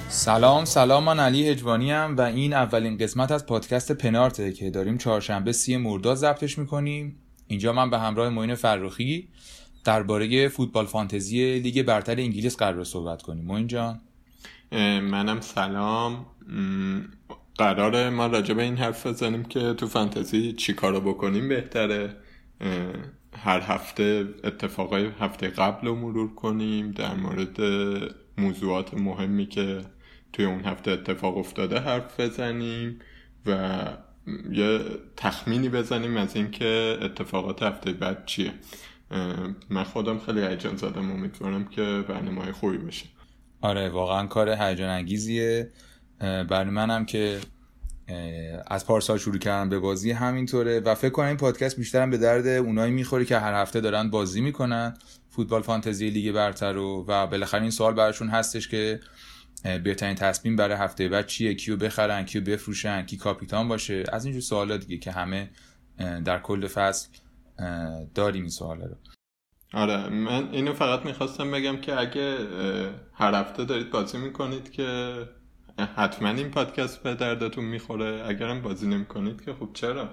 سلام، من علی هجوانی ام و این اولین قسمت از پادکست پنارته که داریم چهارشنبه 30 مرداد ضبطش میکنیم. اینجا من به همراه معین فرخی درباره فوتبال فانتزی لیگ برتر انگلیس قرار صحبت کنیم. معین جان. منم سلام. قراره ما راجع به این حرف بزنیم که تو فانتزی چی کارو بکنیم بهتره. هر هفته اتفاقای هفته قبل رو مرور کنیم، در مورد موضوعات مهمی که توی اون هفته اتفاق افتاده حرف بزنیم و یه تخمینی بزنیم از این که اتفاقات هفته بعد چیه. من خودم خیلی هیجان زدم، امیدوارم که برنامه‌های خوبی باشه. آره واقعا کار هیجان انگیزیه. برای منم که از پارسال شروع کردم به بازی همینطوره و فکر کنم این پادکست بیشترم به درد اونایی میخوره که هر هفته دارن بازی میکنن فوتبال فانتزی لیگ برتر رو و بالاخره این سوال براشون هستش که بهترین تصمیم برای هفته بعد چیه، کیو بخرن، کیو بفروشن، کی کاپیتان باشه، از اینجور سوالا دیگه که همه در کل فصل داریم این سوالا رو. آره من اینو فقط میخواستم بگم که اگه هر هفته دارید بازی میکنید که حتما این پادکست به دردتون میخوره. اگرم بازی نمیکنید که خب چرا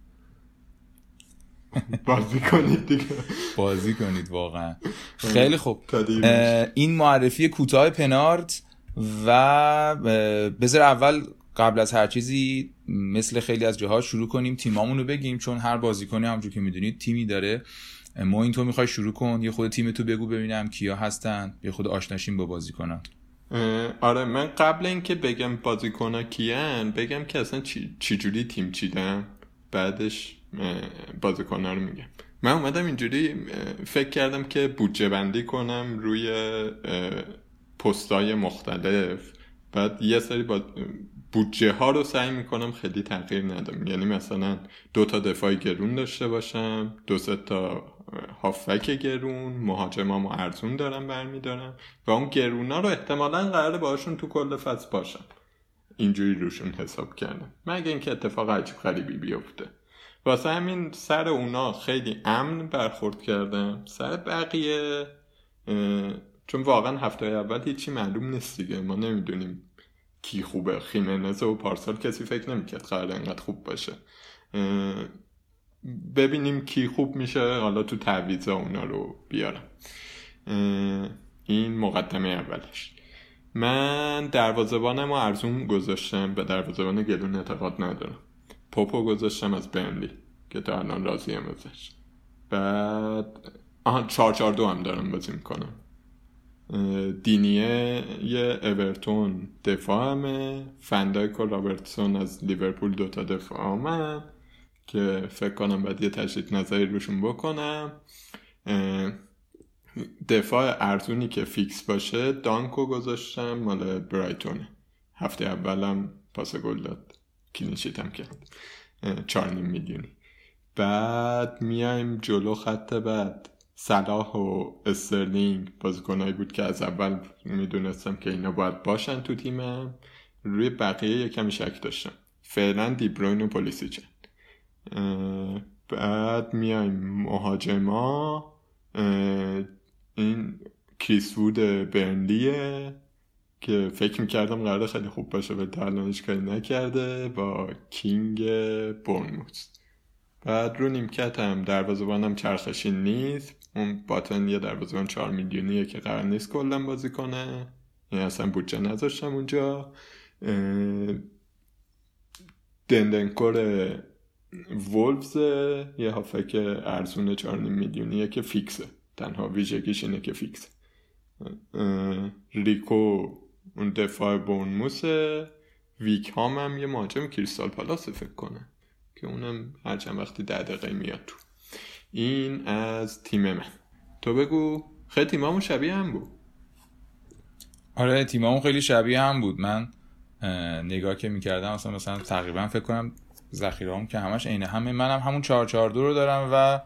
بازی کنید دیگه. بازی کنید واقعا. خیلی خوب، این معرفی کوتاه پنارت و بذار اول قبل از هر چیزی مثل خیلی از جاها شروع کنیم تیمامون رو بگیم، چون هر بازیکنی همونجور که میدونید تیمی داره. ما این تو میخوای شروع کن، یه خود تیمتو بگو ببینم کیا هستن، یه خود آشناشیم با بازیکنان. آره من قبل اینکه بگم بازیکن‌ها کیان بگم که اصلا چی جوری تیم چیدم، بعدش بازیکن‌ها رو میگم. من اومدم اینجوری فکر کردم که بودجه بندی کنم روی پست‌های مختلف، بعد یه سری بودجه ها رو سعی میکنم خیلی تغییر ندم. یعنی مثلا 2 تا دفاعی گرون داشته باشم، 2-3 تا هافبک گرون، مهاجمامو ارزون دارم برمیدارم و اون گرونا رو احتمالاً قراره باشون تو کل فصل باشم. اینجوری روشون حساب کردم مگه اینکه اتفاق عجیب غریبی بیفته. واسه همین سر اونا خیلی امن برخورد کردم. سر بقیه چون واقعا هفته اول هیچی معلوم نیست دیگه، ما نمیدونیم کی خوبه. خیمنز و پارسال کسی فکر نمیکرد قراره انقدر خوب باشه. ببینیم کی خوب میشه، حالا تو تعویضا اونا رو بیارم. این مقدمه اولش. من دروازه‌بانم رو ارزون گذاشتم، به دروازه‌بان گلون اعتقاد ندارم. پوپو گذاشتم از برنلی که تا الان راضیم ازش. بعد 4-4-2 هم دارم بازی میکنم. دینیه یه اورتون دفاع همه، فندایک و رابرتسون از لیورپول 2 تا دفاع همه که فکر کنم باید یه تجدید نظری روشون بکنم. دفاع ارزونی که فیکس باشه دانکو گذاشتم مال برایتون، هفته اولم پاس گل داد، کلینشیت کرد، 4.5 میلیونی. بعد میایم جلو خط بعد. صلاح و استرلینگ بازیکنایی بود که از اول میدونستم که اینا باید باشن تو تیمم. روی بقیه یکم شک داشتم. فعلا دیبروین و پولیسیچ. بعد میایم مهاجما. این کریس وود برنلیه که فکر میکردم قراره خیلی خوب باشه و تا الانش کاری نکرده، با کینگ بورنموث. بعد رو نیمکت هم دروازه‌بانم چرخشی نیست. اون باتن یه دروازه‌بان 4 میلیونیه که قرار نیست کلا بازی کنه، یعنی اصلا بودجه نذاشتم اونجا. دندنکور وولفز یه هافک ارزون 4.5 میلیونیه که فیکسه، تنها ویژگیش اینه که فیکسه. ریکو اون دفاع بورنموثه. ویکهام هم یه مهاجم کریستال پالاس فکر کنه که اونم هر چند وقتی 10 دقیقه میاد تو. این از تیم من. تو بگو. خیلی تیمامون شبیه هم بود. آره تیمامون خیلی شبیه هم بود. من نگاه که میکردم مثلا تقریبا فکر کنم ذخیره‌ام که همش عین همه، منم همون 4-4-2 رو دارم و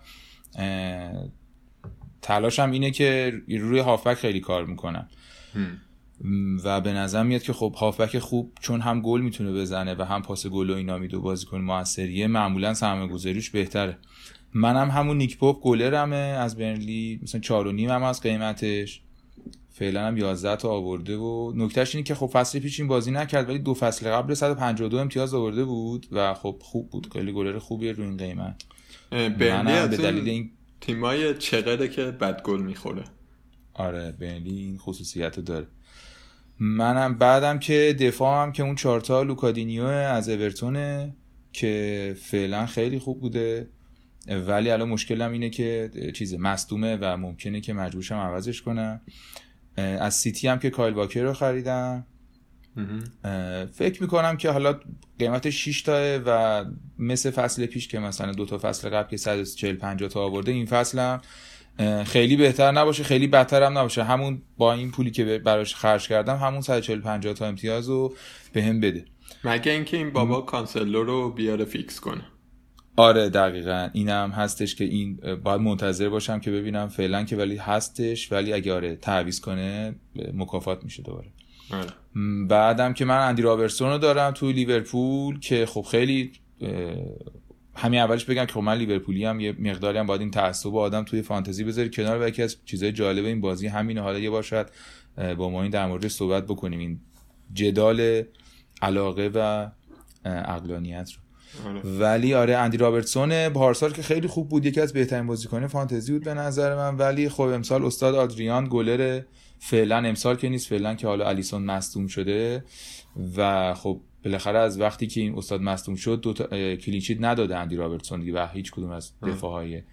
تلاشم اینه که روی هافبک خیلی کار میکنم و به نظر میاد که خب هافبک خوب چون هم گل میتونه بزنه و هم پاس گل و اینا میده، بازیکن موثریه، معمولا سرمایه‌گذاریش بهتره. منم همون نیک پاپ گلرمه از برنلی، مثلا 4.5 هم از قیمتش فعلا هم 11 تا آورده و نکتهش اینه که خب فصل پیش این بازی نکرد ولی 2 فصل قبل 152 امتیاز آورده بود و خب خوب بود، خیلی گلر خوبیه روی این قیمت. برنلی از به دلیل این تیمای چقدره که بد گل میخوره. آره برنلی این خصوصیت داره. منم بعدم که دفاعم که اون 4 تا لوکادینیو از اورتونه که فعلا خیلی خوب بوده ولی الان مشکلم اینه که مصدومه و ممکنه که مجبورشم عوضش کنم. از سیتی هم که کایل واکر رو خریدم. فکر میکنم که حالا قیمتش 6 تاه و مثل فصل پیش که مثلا 2 تا فصل قبل که 140-50 تا آورده، این فصل هم خیلی بهتر نباشه خیلی بدتر هم نباشه، همون با این پولی که براش خرج کردم همون 140-50 تا امتیاز رو بهم بده، مگه اینکه این بابا کانسلو رو بیاره فیکس کنه. آره دقیقاً اینم هستش که این باید منتظر باشم که ببینم فعلا که ولی هستش، ولی اگه آره تعویض کنه مکافات میشه دوباره. بعدم که من اندی رابرتسون رو دارم توی لیورپول که خب خیلی همین اولش بگم که خب من لیورپولی هم یه مقداری هم باید این تعصب آدم توی فانتزی بذاری کنار و یکی از چیزای جالب این بازی همینه. حالا یه بار شاید با ما این در موردش صحبت بکنیم، این جدال علاقه و عقلانیت رو. ولی آره اندی رابرتسون پارسال که خیلی خوب بود، یکی از بهترین بازیکن فانتزی بود به نظر من، ولی خب امسال استاد آدریان گلر فعلا امسال که نیست، فعلا که حالا الیسون مصدوم شده و خب بالاخره از وقتی که این استاد مصدوم شد 2 تا کلینشیت نداده اندی رابرتسون دیگه و هیچ کدوم از دفاعهای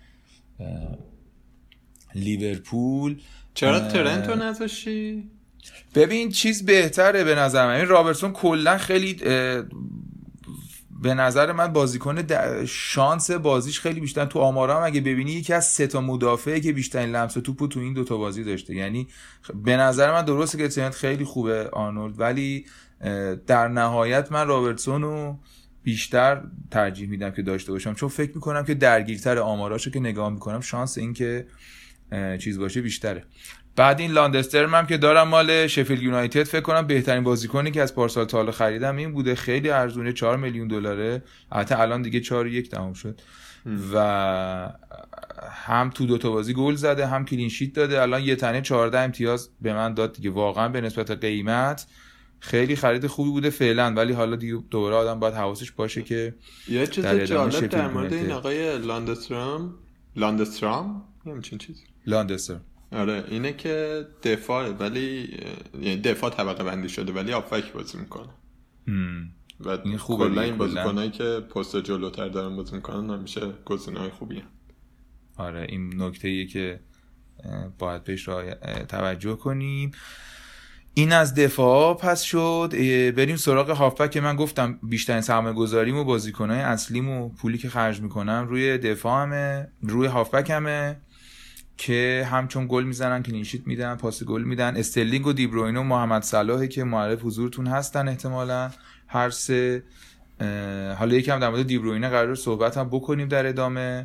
لیورپول. چرا ترنتو نذاشتی؟ ببین چیز بهتره به نظر من، این رابرتسون کلا خیلی به نظر من بازیکن شانس بازیش خیلی بیشتر تو آمارام اگه ببینی یکی از 3 تا مدافعی که بیشترین لمس توپو تو این 2 تا بازی داشته، یعنی به نظر من درسته که ترنت خیلی خوبه آرنولد، ولی در نهایت من رابرتسون رو بیشتر ترجیح میدم که داشته باشم، چون فکر میکنم که درگیرتر آماراشو که نگاه میکنم شانس این که چیز باشه بیشتره. بعد این لاندسترم هم که دارم مال شفیلد یونایتد، فکر کنم بهترین بازیکنی که از پارسال تا حالا خریدم این بوده، خیلی ارزونه، 4 میلیون دلاره، البته الان دیگه 4.1 تمام شد و هم تو 2 تا بازی گل زده هم کلین شیت داده، الان یه تنه 14 امتیاز به من داد دیگه، واقعا به نسبت قیمت خیلی خرید خوبی بوده فعلا، ولی حالا دیگه دوباره آدم باید حواسش باشه که یه چیز جالب در مورد این آقای لاندسترام همچین چیز لاندسترم آره اینه که دفاع، ولی یعنی دفاع طبقه بندی شده ولی آفک بازی میکنه و این خوبه. کلا این بازیکنایی که پست جلوتر دارن بازی میکنن همیشه گزینه‌های خوبیه. آره این نکته‌ایه که باید بهش توجه کنیم. این از دفاع پس شد. بریم سراغ هافبک که من گفتم بیشترین سرمایه‌گذاریم و بازیکن‌های اصلیم و پولی که خرج میکنم روی دفاعمه، روی هافبک همه که همچون گل میزنن کلین شیت میدن، پاس گل میدن. استرلینگ و دی بروینه و محمد صلاحی که معرف حضورتون هستن احتمالاً هر سه. حالا یکم در مورد دی بروینه قرار صحبت هم بکنیم در ادامه.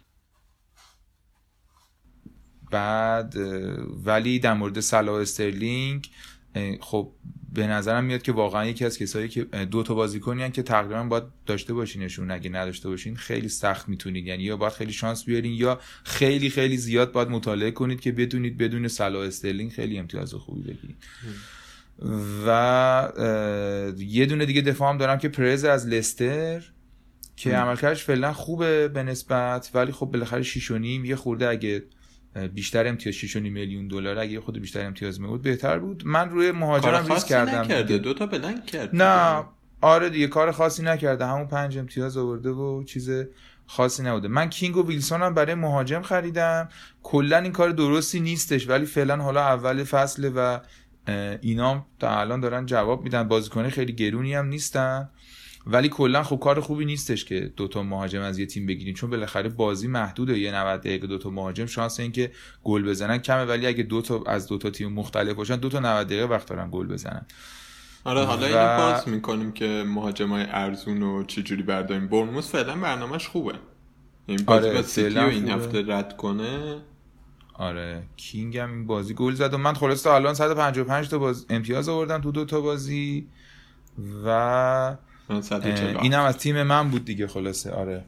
بعد ولی در مورد صلاح و استرلینگ خب به نظرم میاد که واقعا یکی از کسایی که 2 تا بازیکنی ان که تقریبا باید داشته باشینشون، اگه نداشته باشین خیلی سخت میتونید، یعنی یا باید خیلی شانس بیارین یا خیلی خیلی زیاد باید مطالعه کنید که بدونید بدون صلاح و استرلینگ خیلی امتیاز خوبی بگیرید. و یه دونه دیگه دفاع هم دارم که پرز از لستر که عملکردش فعلا خوبه به نسبت، ولی خب بالاخره 6.5 یه خورده اگه بیشتر امتیاز 6.5 میلیون دلار اگه خود بیشتر امتیاز میبود بهتر بود. من روی مهاجرم ریسک کردم. نکرده 2 تا بلنک کرد. نه آره دیگه کار خاصی نکرده، همون 5 امتیاز آورده و چیز خاصی نبوده. من کینگ و ویلسون هم برای مهاجم خریدم، کلا این کار درستی نیستش ولی فعلا حالا اول فصله و اینام تا الان دارن جواب میدن، بازیکن خیلی گرونی هم نیستن ولی کلا خب کار خوبی نیستش که 2 تا مهاجم از یه تیم بگیرین، چون بالاخره بازی محدوده، یه 90 دقیقه 2 تا مهاجم شانس این که گل بزنن کمه، ولی اگه 2 تا از 2 تا تیم مختلف باشن 2 تا 90 دقیقه وقت دارن گل بزنن. آره حالا اینو باز میکنیم که مهاجمای ارزون رو چجوری برداریم. برنموث فعلا برنامه‌اش خوبه، این بازی با سیتی و این هفته رد کنه. آره کینگ هم این بازی گل زد و من خلاص تا الان 155 تا امتیاز آوردم تو 2 تا بازی و این هم از تیم من بود دیگه خلاصه. آره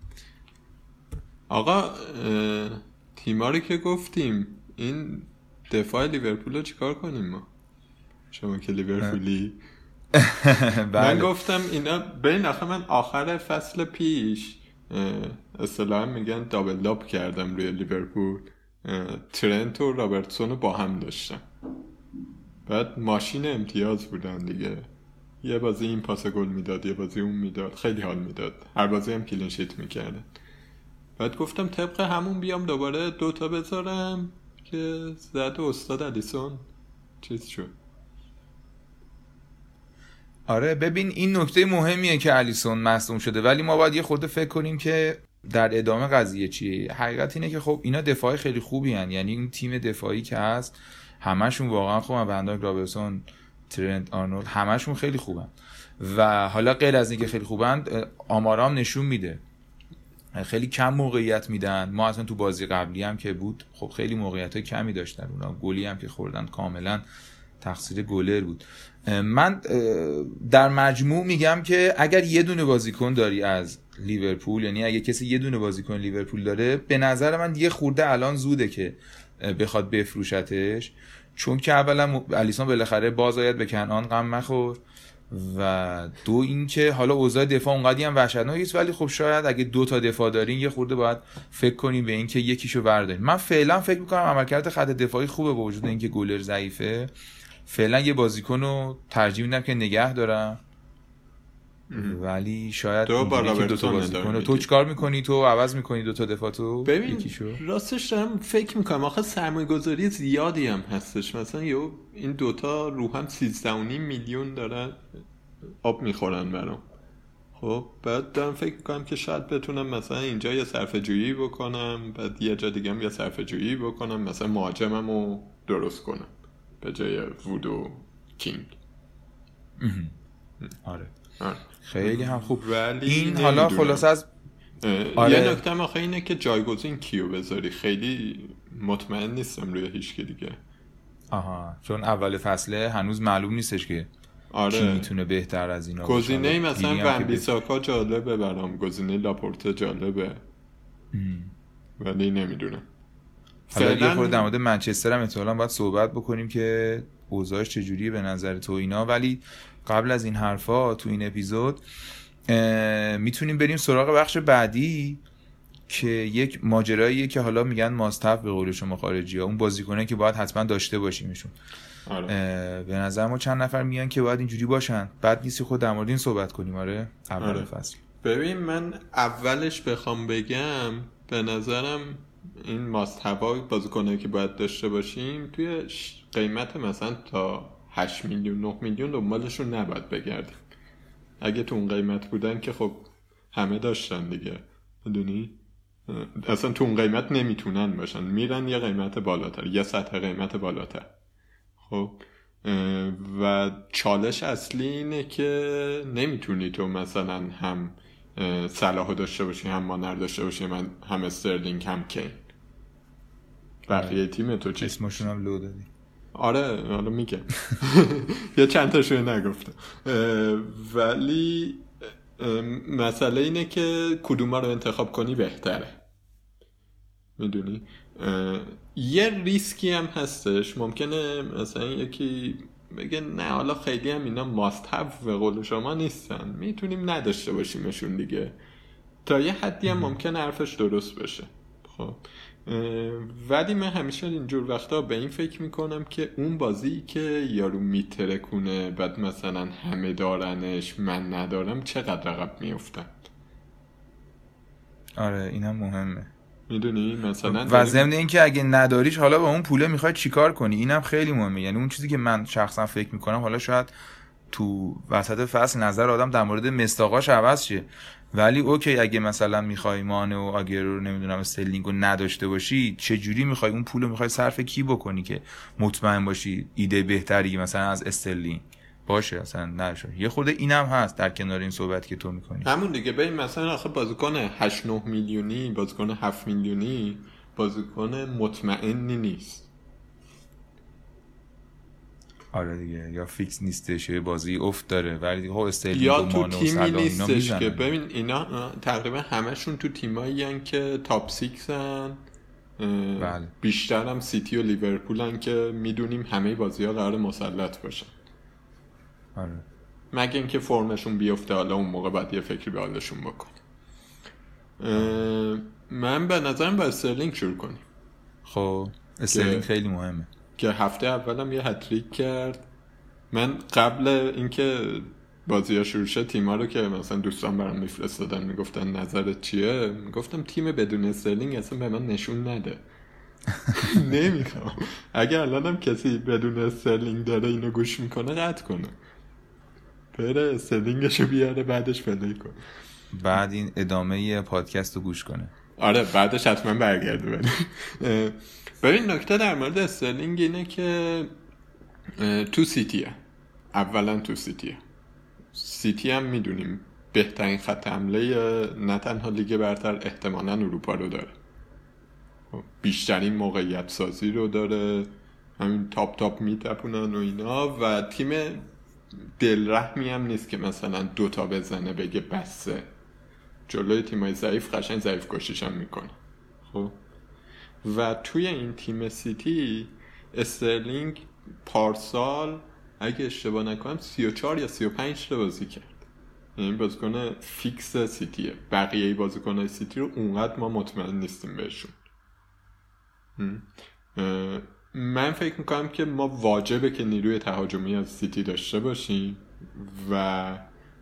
آقا تیماری که گفتیم این دفاع لیورپول رو چیکار کنیم ما؟ شما که لیورپولی. من گفتم اینا ببین آخه من آخر فصل پیش اصطلاحا میگن دابل داب کردم روی لیورپول. ترنت و رابرتسون رو با هم داشتم، بعد ماشین امتیاز بودن دیگه، یه بازی این پاس گل میداد یه بازی اون میداد، خیلی حال میداد، هر بازی هم کلین شیت میکردن. بعد گفتم طبق همون بیام دوباره 2 تا بذارم که زد استاد الیسون چیز شد. آره ببین این نکته مهمیه که الیسون مصدوم شده، ولی ما باید یه خورده فکر کنیم که در ادامه قضیه چیه. حقیقت اینه که خب اینا دفاعی خیلی خوبی هن، یعنی این تیم دفاعی که هست همشون واقعا خوبن، بنداک، رابرتسون، ترنت، آرنولد، همشون خیلی خوبن. و حالا غیر از اینکه خیلی خوبن، آمارام نشون میده خیلی کم موقعیت میدن. ما اصلا تو بازی قبلی هم که بود خب خیلی موقعیت‌های کمی داشتن، اونا گلی هم که خوردن کاملا تقصیر گلر بود. من در مجموع میگم که اگر یه دونه بازیکن داری از لیورپول، یعنی اگه کسی یه دونه بازیکن لیورپول داره، به نظر من یه خورده الان زوده که بخواد بفروشتش، چون که اولا الیسون بالاخره باز آید به کنعان غم مخور، و دو اینکه حالا اوضاع دفاع اونقدی هم وحشتناک نیست، ولی خب شاید اگه 2 تا دفاع دارین یه خورده باید فکر کنیم به اینکه یکیشو بردارین. من فعلا فکر می‌کنم عملکرد خط دفاعی خوبه با وجود اینکه گلر ضعیفه. فعلا یه بازیکن رو ترجیح میدم که نگه دارم، ولی شاید دو تا بازیکن. تو چیکار میکنی؟ تو عوض میکنی 2 تا دفاع تو؟ ببین راستش دارم فکر میکنم آخه سرمایه‌گذاری زیادی هم هستش، مثلا این 2 تا رو هم 13.5 میلیون دارن آب میخورن برام. خب بعد دارم فکر میکنم که شاید بتونم مثلا اینجا یه صرفه‌جویی بکنم، بعد یه جا دیگه هم یه صرفه‌جویی بکنم، مثلا مهاجممو درست کنم به جای وودو کینگ. آره خیلی هم خوب. ولی این حالا خلاص از یه نکته آخه اینه که جایگزین کیو بذاری، خیلی مطمئن نیستم روی هیچ که دیگه. چون اول فصله هنوز معلوم نیستش که کی میتونه بهتر از اینا باشه. گزینه مثلا ون بیساکا جالبه برام، گزینه لاپورته جالبه، ولی نمیدونم. حالا یه خورده در مورد منچستر هم احتمالاً باید صحبت بکنیم که اوضاعش چجوریه به نظر تو اینا، ولی قبل از این حرفا تو این اپیزود میتونیم بریم سراغ بخش بعدی که یک ماجراییه که حالا میگن ماستف به قول شما خارجی‌ها، اون بازیکنه که باید حتما داشته باشیمشون. به نظر ما چند نفر میان که باید اینجوری باشن، بعد نیستی خود در مورد این صحبت کنیم. اول فصل. ببین من اولش بخوام بگم به نظرم این ماست‌ها بازیکنایی که باید داشته باشیم توی قیمت مثلا تا 8 میلیون 9 میلیون دنبالشون نباید بگردیم. اگه تو اون قیمت بودن که خب همه داشتن دیگه، میدونی؟ اصلا تو اون قیمت نمیتونن باشن، میرن یه قیمت بالاتر، یه سطح قیمت بالاتر. خب و چالش اصلی اینه که نمیتونی تو مثلا هم صلاحو داشته باشی، هم مانر داشته باشی، هم استرلینگ، هم کین. بقیه تیم تو چی؟ اسمشون هم لو دادی. آره حالا میگم یا چند تاشو نگفتم، ولی مسئله اینه که کدوم رو انتخاب کنی بهتره، میدونی؟ یه ریسکی هم هستش، ممکنه مثلا یکی بگه نه حالا خیلی هم اینا ماست هف به قول شما نیستن، میتونیم نداشته باشیمشون دیگه. تا یه حدی هم ممکنه حرفش درست بشه. خب ولی من همیشه اینجور وقتا به این فکر میکنم که اون بازی که یارو میترکونه بعد مثلا همه دارنش من ندارم چقدر عقب میافتن. آره اینم مهمه، میدونی مثلا و ضمن این که اگه نداریش حالا با اون پوله میخوای چیکار کنی، اینم خیلی مهمه. یعنی اون چیزی که من شخصا فکر میکنم، حالا شاید تو وسط فصل نظر آدم در مورد مستاقاش عوض شه، ولی اوکی اگه مثلا میخوای مانه و آگرو رو نمیدونم استرلینگ رو نداشته باشی، چه جوری میخوای اون پول رو میخوای صرف کی بکنی که مطمئن باشی ایده بهتری مثلا از استرلینگ باشه اصلا نشه. یه خورده اینم هست در کنار این صحبت که تو میکنی. همون دیگه ببین مثلا آخه بازیکن 8-9 میلیونی، بازیکن 7 میلیونی بازیکن مطمئنی نیست. آره دیگه، یا فیکس نیستش، بازی افت داره، ولی خب استرلینگ یا و تو مانو و تیمی صلاح نیستش که ببین اینا تقریبا همشون تو تیمایی هن که تاپ 6 هن، بله. بیشتر هم سیتی و لیورپولن که میدونیم همه بازی‌ها قرار مسلط باشن. آره. مگه اینکه فرمشون بیفته، حالا اون موقع باید یه فکری به حالشون بکنیم. من به نظرم با استرلینگ شروع کنیم. خب استرلینگ خیلی مهمه که هفته اولم یه هتریک کرد. من قبل اینکه بازی‌ها شروع شه تیم‌ها رو که مثلا دوستان برام میفرستادن میگفتن نظرت چیه، میگفتم تیم بدون استرلینگ اصلا به من نشون نده. نمیخوام. اگه الانم کسی بدون استرلینگ داره اینو گوش میکنه قطع کنه، بره استرلینگشو بیاره بعدش پلی کن، بعد این ادامه پادکست رو گوش کنه. آره بعدش حتما برگرده. ببین نکته در مورد استرلینگ اینه که تو سیتیه، اولا تو سیتی هم میدونیم بهترین خط حمله نه تنها لیگ برتر احتمالاً اروپا رو داره، بیشترین موقعیت سازی رو داره، همین تاپ میتپونن و اینا، و تیم دلرحمی هم نیست که مثلا دوتا بزنه بگه بسه، جلوی تیمای ضعیف قشنگ ضعیف کشیش هم میکنه. خب و توی این تیم سیتی استرلینگ پارسال اگه اشتباه نکنم 34 یا 35 تا بازی کرد، یعنی بازیکن فیکس سیتیه. بقیه بازیکن‌های سیتی رو اونقدر ما مطمئن نیستیم بهشون. من فکر میکنم که ما واجبه که نیروی تهاجمی از سیتی داشته باشیم و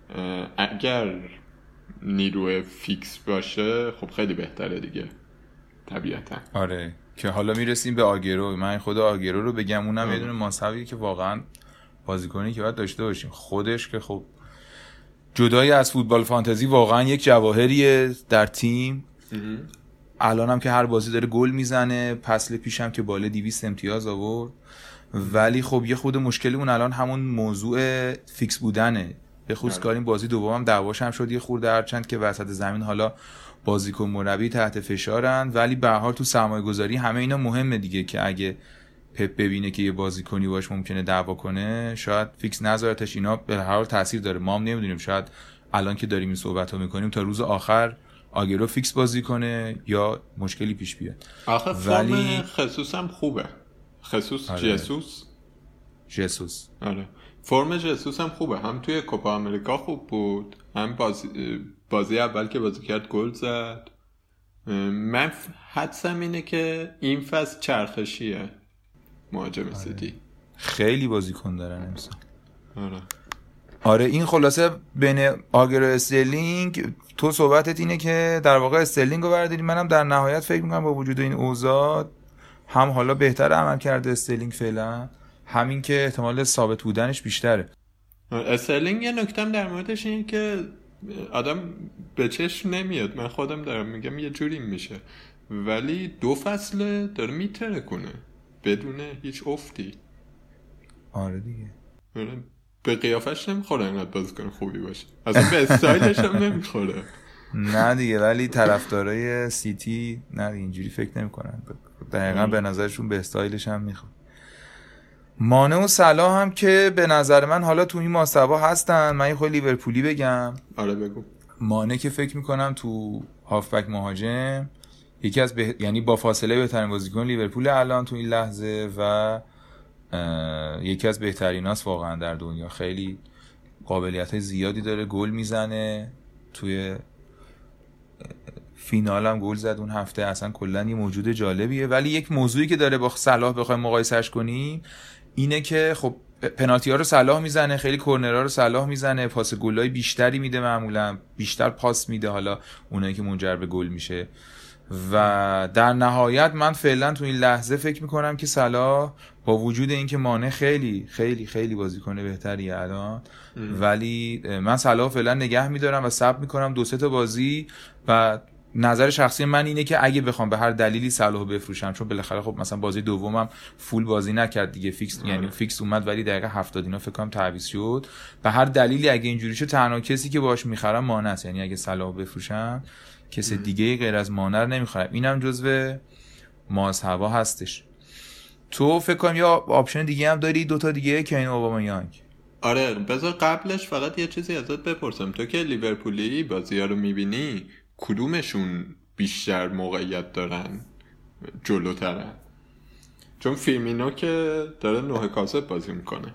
اگر نیروی فیکس باشه خب خیلی بهتره دیگه طبیعتا. آره که حالا میرسیم به آگرو. من خود آگرو رو بگم، اونم یه دونه ماسوی که واقعا بازیکنی که باید داشته باشیم. خودش که خب جدای از فوتبال فانتزی واقعا یک جواهریه در تیم. الان هم که هر بازی داره گل میزنه، فصل پیش هم که بالا 200 امتیاز آورد. ولی خب یه خود مشکلی اون الان همون موضوع فیکس بودنه، به خصوص کار این بازی دومم دعواش هم شد یه خورده، هرچند که وسط زمین حالا بازیکن مربی تحت فشارن، ولی به هر حال تو سرمایه گذاری همه اینا مهمه دیگه، که اگه پپ ببینه که یه بازیکنی باش ممکنه دعوا کنه شاید فیکس نذارتش. اینا به هر حال تاثیر داره. ما هم نمیدونیم، شاید الان که داریم این صحبتو میکنیم تا روز آخر آگرو فیکس بازی کنه یا مشکلی پیش بیاد. آخه فرم خصوص هم خوبه. خصوص آره. جسوس آره فرم جسوس هم خوبه، هم توی کوپا امریکا خوب بود، هم بازی اول که بازی کرد گل زد. من حدسم اینه که این فصل چرخشیه مهاجم سیتی. خیلی بازیکن دارن امسال. آره این خلاصه بین آگرو استرلینگ. تو صحبتت اینه که در واقع استرلینگ رو برداریم. منم در نهایت فکر میکنم با وجود این اوضاع هم حالا بهتر عمل کرده استرلینگ فعلا، همین که احتمال ثابت بودنش بیشتره. استرلینگ یه نکتم در موردش اینه که آدم به چشم نمیاد، من خودم دارم میگم یه جوری میشه، ولی 2 فصله داره میتره کنه بدون هیچ افتی. آره دیگه به قیافش نمیخوره اینقدر بازیکن خوبی باشه، اصلا به استایلش هم نمیخوره. نه دیگه، ولی طرفدارای سیتی نه اینجوری فکر نمیکنن، دقیقاً به نظرشون به استایلش هم میخوره. مانه و صلاح هم که به نظر من حالا تو این ماسوا هستن. من یه خود لیورپولی بگم. آره بگو. مانه که فکر میکنم تو هافبک مهاجم یکی از یعنی با فاصله بهترین بازیکن لیورپول الان تو این لحظه و یکی از بهتریناست واقعا در دنیا. خیلی قابلیت زیادی داره، گل میزنه، توی فینال هم گل زد اون هفته. اصلا کلا یه موجود جالبیه. ولی یک موضوعی که داره با صلاح بخوایم مقایسهش کنیم اینه که خب پنالتی ها رو صلاح میزنه، خیلی کورنرها رو صلاح میزنه، پاس گلای بیشتری میده، معمولا بیشتر پاس میده حالا اونایی که منجر به گل میشه. و در نهایت من فعلا تو این لحظه فکر میکنم که صلاح با وجود اینکه مانع خیلی خیلی خیلی بازیکن بهتریه الان، ولی من صلاح فعلا نگه میدارم و صبر میکنم 2-3 تا بازی. و نظر شخصی من اینه که اگه بخوام به هر دلیلی صلاح بفروشم، چون بالاخره خب مثلا بازی دومم فول بازی نکرد دیگه، فیکس یعنی فیکس اومد ولی دقیقه 70 اینا فکر کنم تعویض شد، به هر دلیلی اگه اینجوری شه تنها کسی که باهاش میخرم مانع است. یعنی اگه صلاح بفروشم کسی دیگه غیر از مانع نمیخرم. اینم جزو مازهوا هستش. تو فکر کنم یا آپشن دیگه هم داری، 2 تا دیگه کین اوبامیانگ. آره بذار قبلش فقط یه چیزی ازت بپرسم. تو که لیورپولی بازی‌ها رو میبینی کدومشون بیشتر موقعیت دارن؟ جلوتره، چون فیرمینو که داره 9 کاسه بازی میکنه.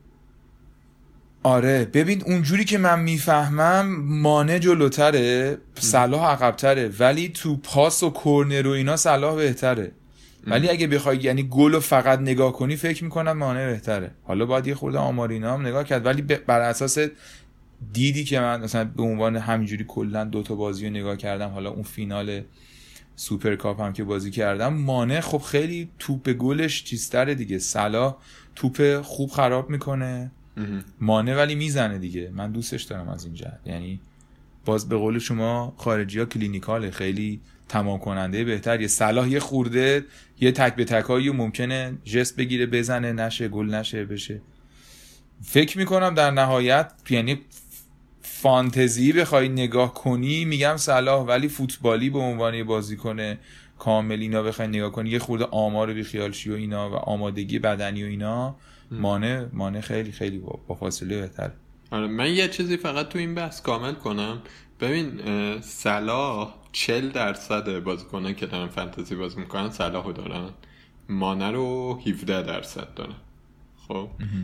آره ببین اونجوری که من میفهمم مانع جلوتره، صلاح عقبتره، ولی تو پاس و کورنر و اینا صلاح بهتره. ولی اگه بخوای یعنی گل رو فقط نگاه کنی فکر میکنم مانع بهتره. حالا باید یه خورده آمارینا هم نگاه کرد، ولی بر اساس دیدی که من مثلا به عنوان همینجوری کلا 2 تا بازی رو نگاه کردم، حالا اون فینال سوپر کاپ هم که بازی کردم، مانع خب خیلی توپ گلش چیزتره دیگه. صلاح توپ خوب خراب میکنه، مانع ولی میزنه دیگه. من دوستش دارم از این جهت. یعنی باز به قول شما خارجی‌ها کلینیکاله، خیلی تمام کننده بهتر. یه صلاح یه خورده یه تک به تکایی ممکنه جست بگیره بزنه نشه، گل نشه بشه. فکر میکنم در نهایت یعنی فانتزی بخوای نگاه کنی میگم صلاح، ولی فوتبالی به عنوان بازیکن کامل اینا بخوای نگاه کنی، یه خورده آمار بیخیال شی و اینا و آمادگی بدنی و اینا، مانع خیلی خیلی با فاصله بهتره. آره من یه چیزی فقط تو این بحث کامل کنم. ببین صلاح 40% بازیکنان که دارن فانتزی بازی میکنن صلاحو دارن، مانه رو 17% دارن. خب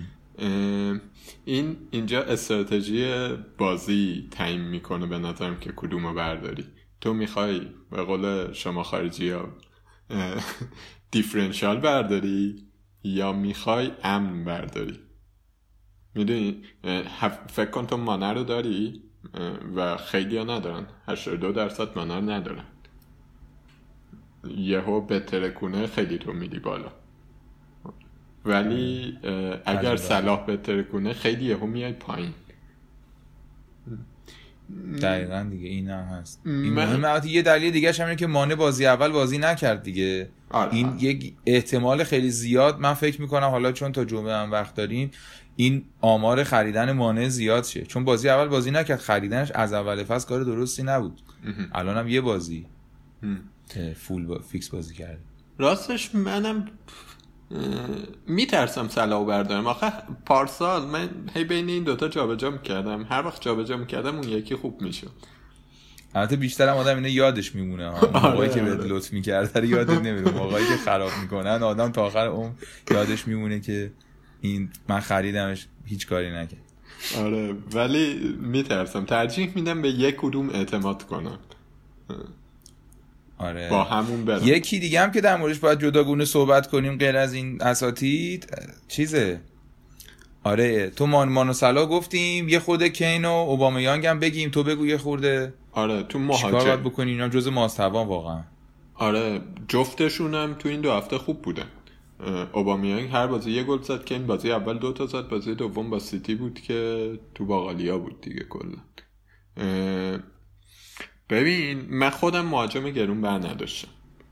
اینجا استراتژی بازی تعیین میکنه به نظرم که کدومو برداری. تو میخوای به قول شما خارجی ها دیفرنشال برداری یا میخوای امن برداری؟ میدونی فکر کن تو مانه رو داری و خیلی ها ندارن، 82% مانه رو ندارن، یهو بترکونه خیلی تو میدی بالا. ولی اگر صلاح بترکونه خیلی یهو میای پایین. دقیقاً دیگه این هم هست. این مهمه. یه دلیل دیگه هم اینه که مانع بازی اول بازی نکرد دیگه. این یک احتمال خیلی زیاد من فکر میکنم حالا چون تا جمعه هم وقت داریم این آمار خریدن مانع زیاد شه، چون بازی اول بازی نکرد، خریدنش از اول فصل کار درستی نبود. الان هم یه بازی فول فیکس بازی کرده. راستش منم میترسم صلاحو بردارم. آخه پارسال من هی بین این دوتا جابجا میکردم، هر وقت جابجا میکردم اون یکی خوب میشد. البته بیشتر هم آدم اینه یادش میمونه موقعی که بهت لطف میکرده یادت نمیره، موقعی که خراب میکنن آدم تا آخر اون یادش میمونه که این من خریدمش هیچ کاری نکرد. آره ولی میترسم، ترجیح میدم به یک کدوم اعتماد کنم. آره با همون برم. یکی دیگه هم که در موردش باید جداگونه صحبت کنیم غیر از این اساتید چیزه. آره تو مان و صلاح گفتیم، یه خورده کین و اوبامیانگ هم بگیم، تو بگو یه خورده. آره تو مهاجم چیکار باید بکنیم؟ اینا جزء ماستوان واقعا. آره جفتشونم تو این 2 هفته خوب بودن. اوبامیانگ هر بازی یه گل زد، کین بازی اول 2 تا زد، بازی دوم با سیتی بود که تو باقالیا بود دیگه کلا. ببین من خودم مهاجم گرون بر نداشتم،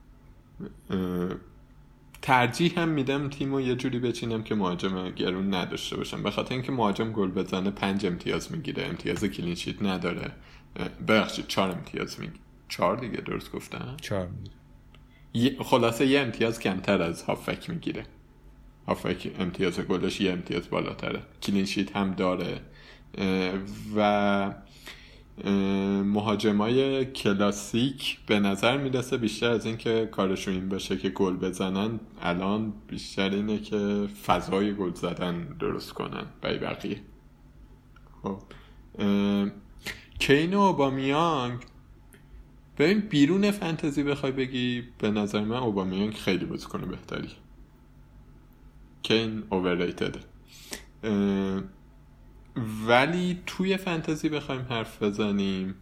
ترجیح هم میدم تیمو یه جوری بچینم که مهاجم گرون نداشته باشم، به خاطر اینکه مهاجم گل بزنه 5 امتیاز میگیره، امتیاز کلین شیت نداره. ببخشید 4 امتیاز میگیره. 4 دیگه درست گفتم؟ 4 میگیره. خلاصه یه امتیاز کمتر از هافک میگیره. هافک امتیاز گلش یه امتیاز بالاتره، کلین شیت هم داره. و مهاجمای کلاسیک به نظر میرسه بیشتر از این که کارشون این باشه که گل بزنن، الان بیشتر اینه که فضای گل زدن درست کنن برای بقیه. خب کین و اوبامیانگ، ببین بیرون فانتزی بخوای بگی به نظر من اوبامیانگ خیلی بازیکن بهتری، کین اوورریتده. ولی توی فانتزی بخوایم حرف بزنیم،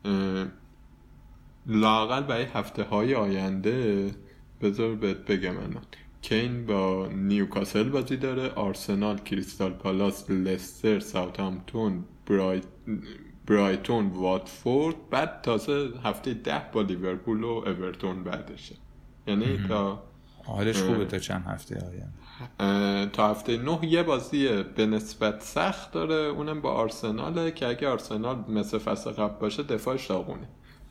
لااقل برای هفته های آینده بذار بهت بگم الان کین با نیوکاسل بازی داره، آرسنال، کریستال پالاس، لستر، ساوثهامپتون، برایتون، واتفورد، بعد تازه هفته 10 با لیورپول و اورتون بعدشه. یعنی تا حالش خوبه تا چند هفته آینده. تا هفته 9 یه بازی به نسبت سخت داره، اونم با آرسناله که اگه آرسنال مثل فصل قبل باشه دفاعش داغونه.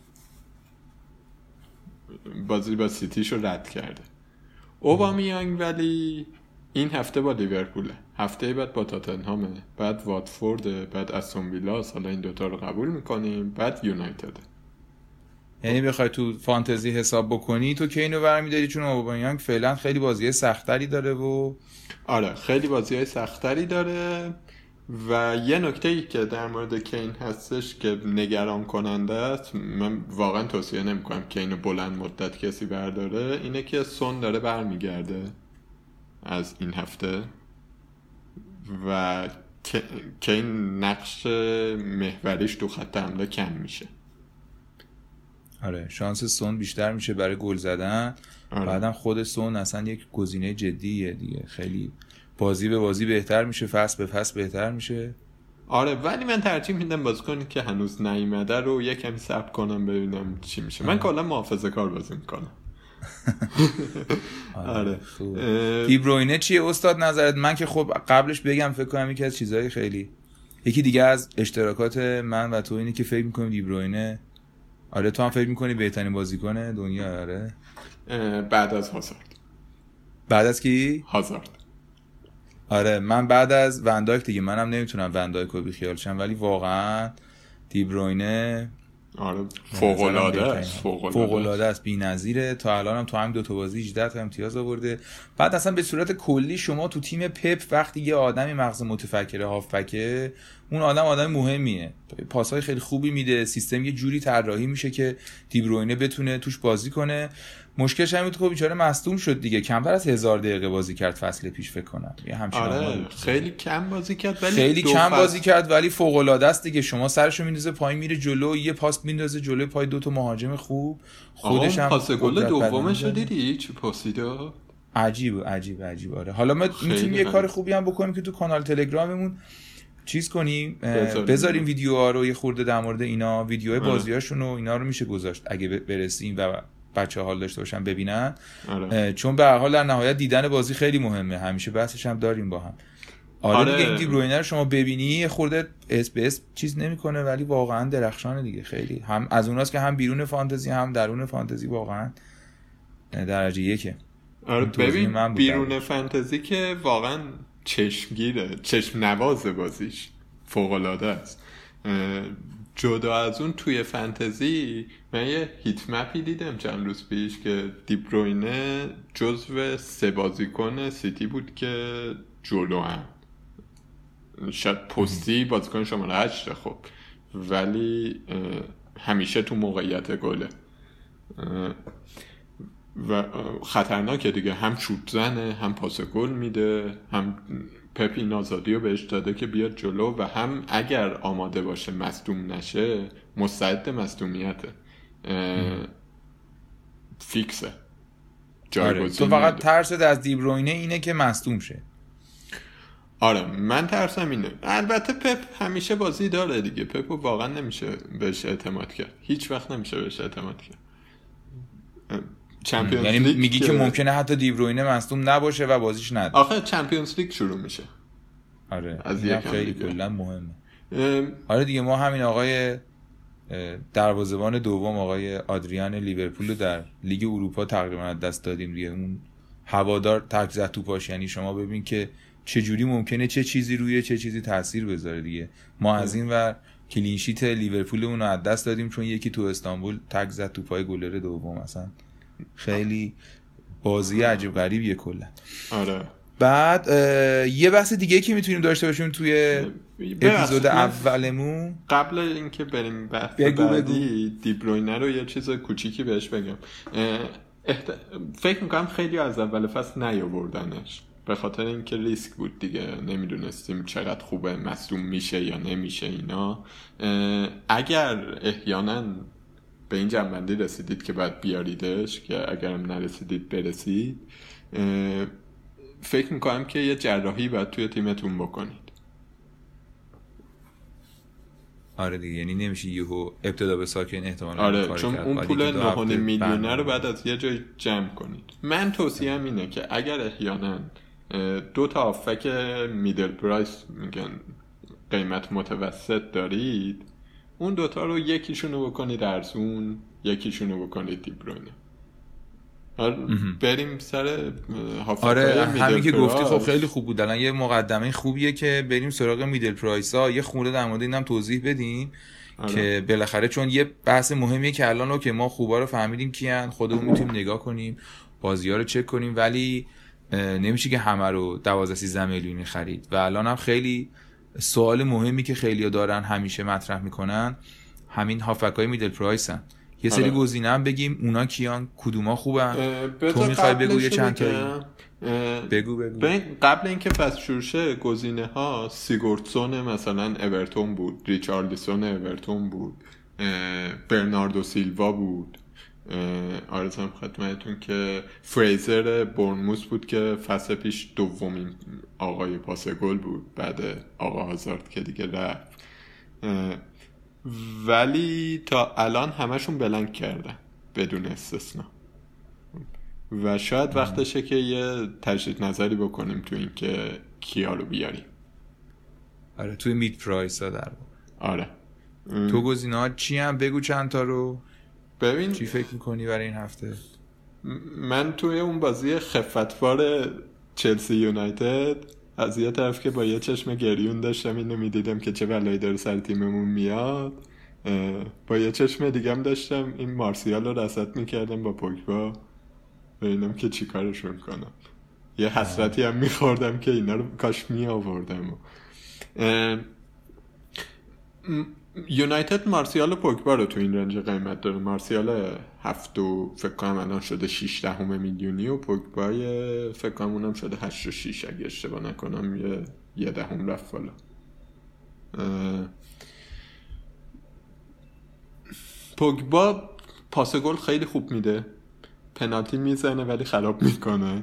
بازی با سیتیشو رد کرده. اوبامیانگ ولی این هفته با لیورپوله، هفته بعد با تاتنهامه، بعد واتفورد، بعد استون ویلا، حالا این دوتا رو قبول میکنیم، بعد یونایتد. یعنی بخوای تو فانتزی حساب بکنی تو کینو برمی‌داری، چون اوبامیانگ فعلا خیلی بازی سخت‌تری داره و آره خیلی بازی‌های سخت‌تری داره. و یه نکته‌ای که در مورد کین هستش که نگران کننده است، من واقعا توصیه نمی‌کنم کینو بلند مدت کسی برداره، اینه که سون داره برمیگرده از این هفته و کین نقش محوریش تو خط حمله کم میشه. آره شانس سون بیشتر میشه برای گل زدن. آره. بعدم خود سون اصلا یک گزینه جدیه دیگه، خیلی بازی به بازی بهتر میشه، فصل به فصل بهتر میشه. آره ولی من ترجیح میدم بازیکنی که هنوز نیومده رو یه کمی صبر کنم ببینم چی میشه. من کلا محافظه‌کار بازی میکنم. آره دیبروینه چیه استاد نظرت؟ من که خب قبلش بگم فکر کنم یکی از چیزهای خیلی یکی دیگه از اشتراکات من و تو اینه که فکر میکنم دیبروینه، آره تو هم فکر میکنی بهترین بازیکن دنیا؟ آره بعد از هازارد. بعد از کی؟ هازارد. آره من بعد از وندایک دیگه، منم نمیتونم وندایک رو بیخیال شم، ولی واقعا دیبروینه آره فوق العاده است، بی‌نظیره. تا الان هم تو همین دو تا بازی 18 تا امتیاز آورده. بعد اصلا به صورت کلی شما تو تیم پپ وقتی یه آدمی مغز متفکر هافبکه، اون آدم مهمیه، پاسای خیلی خوبی میده، سیستم یه جوری طراحی میشه که دیبروینه بتونه توش بازی کنه. مشکلش همین که بیچاره مصدوم شد دیگه، کمتر از 1000 دقیقه بازی کرد فصل پیش فکر کنم، یه همچین آره خیلی کم بازی کرد ولی خیلی کم بازی کرد ولی فوق العاده است دیگه. شما سرشو میندازه پایین میره جلو، یه پاس میندازه جلوی پای دو تا مهاجم خوب، خودش هم پاس گل دومش رو دیدی چه پاسی داد؟ عجیب. آره حالا ما میتونیم یه کار خوبی هم بکنیم که تو کانال تلگراممون چیز کنیم، بذاریم ویدیوها رو، یه خورده در مورد اینا ویدیوهای بازیاشون و اینا رو میشه گذاشت اگه برسیم و بچه حال داشته باشن ببینن. چون به هر حال در نهایت دیدن بازی خیلی مهمه، همیشه بحثش هم داریم با هم. آره دیگه این دیبروینه رو شما ببینی یه خورده اس به اس چیز نمیکنه ولی واقعا درخشانه دیگه، خیلی هم از اوناست که هم بیرون فانتزی هم درون فانتزی واقعا درجه یکه. آره ببین بیرون فانتزی که واقعا چشمگیره، چشم نواز بازیش فوق العاده است. جدا از اون توی فانتزی من یه هیت مپی دیدم چند روز پیش که دیبروینه جزو 3 بازیکن سیتی بود که جلو هم، شاید پستی بازیکن شماره 8 خب ولی همیشه تو موقعیت گله و خطرناکه دیگه، هم شوت زنه هم پاس گل میده، هم پپ این آزادی رو بهش داده که بیاد جلو و هم اگر آماده باشه مصدوم نشه مستعد مصدومیته، فیکسه جایگزین. تو فقط ترست از دیبروینه اینه که مصدوم شه. آره من ترسم اینه. البته پپ همیشه بازی داره دیگه، پپو واقعا نمیشه بهش اعتماد کرد، هیچ وقت نمیشه بهش اعتماد کرد. چمپیونز یعنی لیگ میگی که ممکنه حتی دیبروینه مصدوم نباشه و بازیش نده. آخه چمپیونز لیگ شروع میشه. آره از یک خیلی کلا مهمه. آره دیگه ما همین آقای دروازه‌بان دوم آقای آدریان لیورپول رو در لیگ اروپا تقریبا از دست دادیم دیگه. اون هوادار تک زد تو پاش، یعنی شما ببین که چه جوری ممکنه چه چیزی روی چه چیزی تاثیر بذاره دیگه. ما از این ور کلین شیت لیورپول اون رو از دست دادیم چون یکی تو استانبول تک زد تو پای گلر دوم. مثلا خیلی بازی عجیب غریبیه کلا. آره بعد یه بحث دیگه که میتونیم داشته باشیم توی اپیزود اولمون قبل اینکه بریم بحث بعدی، دیبروینه رو یه چیز کوچیکی بهش بگم. فکر میکنم خیلی از اول فصل نیاوردنش به خاطر اینکه ریسک بود دیگه، نمیدونستیم چقدر خوبه مصدوم میشه یا نمیشه اینا. اگر احیانا به این جنبندی رسیدید که باید بیاریدش، که اگرم نرسیدید برسید، فکر میکنم که یه جراحی باید توی تیمتون بکنید. آره دیگه، یعنی نمیشه یهو ابتدا به ساکن احتمالاً آره چون اون پول 9.5 میلیونه رو بعد از یه جای جمع کنید. من توصیهم اینه که اگر احیانا 2 تا هافک میدل پرایس میگن قیمت متوسط دارید، اون 2 تا رو یکیشونو بکنید ارزون، یکیشونو بکنید دیبروینه. بریم سر هافک. آره همین که گفتی خب خیلی خوب بود. الان یه مقدمه خوبیه که بریم سراغ میدل پرایس ها. یه خورده در مورد اینم توضیح بدیم که بالاخره چون یه بحث مهمیه که الان که ما خوبا رو فهمیدیم کیان، خودمون میتونیم نگاه کنیم، بازی‌ها رو چک کنیم، ولی نمیشه که همه رو 12-13 میلیونی خرید. و الان هم خیلی سوال مهمی که خیلی‌ها دارن همیشه مطرح میکنن همین هافکای میدل پرایسن. یه سری گزینه هم بگیم اونا کیان، کدوما خوبن؟ تو میخوای بگو یه چند تا بگو. قبل اینکه فصل شروع شه گزینه ها سیگورتسون مثلا اورتون بود، ریچارلیسون اورتون بود، برناردو سیلوا بود، آرزم خدمتتون که فریزر بورنموث بود که فصل پیش دومین آقای پاس گل بود بعد آقا هازارد که دیگه رفت، ولی تا الان همشون بلنک کردن بدون استثنا و شاید وقتشه که یه تجدید نظری بکنیم تو این که کیا رو بیاریم. آره توی مید پرایس ها در آره تو گزینه ها چی هم بگو چند تا رو. ببین چی فکر میکنی برای این هفته؟ من توی اون بازی خفتبار چلسی یونایتد از یه طرف که با یه چشم گریون داشتم اینو میدیدم که چه بلایی داره سر تیممون میاد، با یه چشم دیگم داشتم این مارسیال رو رصد میکردم با پوگبا ببینم که چی کارشون کنم. یه حسرتی هم میخوردم که اینا رو کاش میآوردم. یونایتد مارسیال و پوگبا رو تو این رنج قیمت داره. مارسیال 7 فکر کنم الان شده 6 میلیونی و پوگبای فکر کنم اونم شده 8.6 اگه اشتباه نکنم، یه دهم رفت بالا. پوگبا پاس گل خیلی خوب میده، پنالتی میزنه ولی خراب میکنه،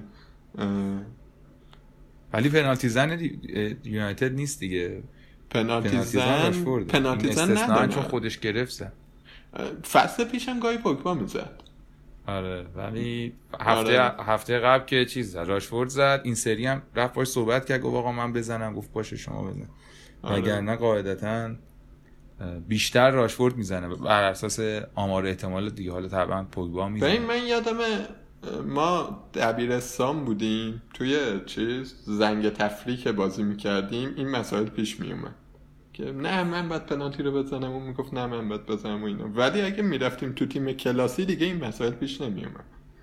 ولی پنالتی زن یونایتد نیست دیگه. پنالتی زن نداره چون خودش گرفت زن. فصل پیشم گاهی پوگبا میزد. آره ولی هفته قبل که چیز زد راشفورد زد، این سری هم رفت باش صحبت کرد گفت آقا من بزنم، گفت باشه شما بزن. وگرنه قاعدتاً بیشتر راشفورد میزنه بر اساس آمار احتمال دیگه. حالا طبعا پوگبا میزنه. ببین من یادمه ما دبیرستان بودیم توی زنگ تفریح که بازی میکردیم این مسائل پیش میومد که نه من باید پنالتی رو بزنم، اون میگفت نه من باید بزنم و اینا، ولی اگه میرفتیم تو تیم کلاسی دیگه این مسائل پیش نمیومد.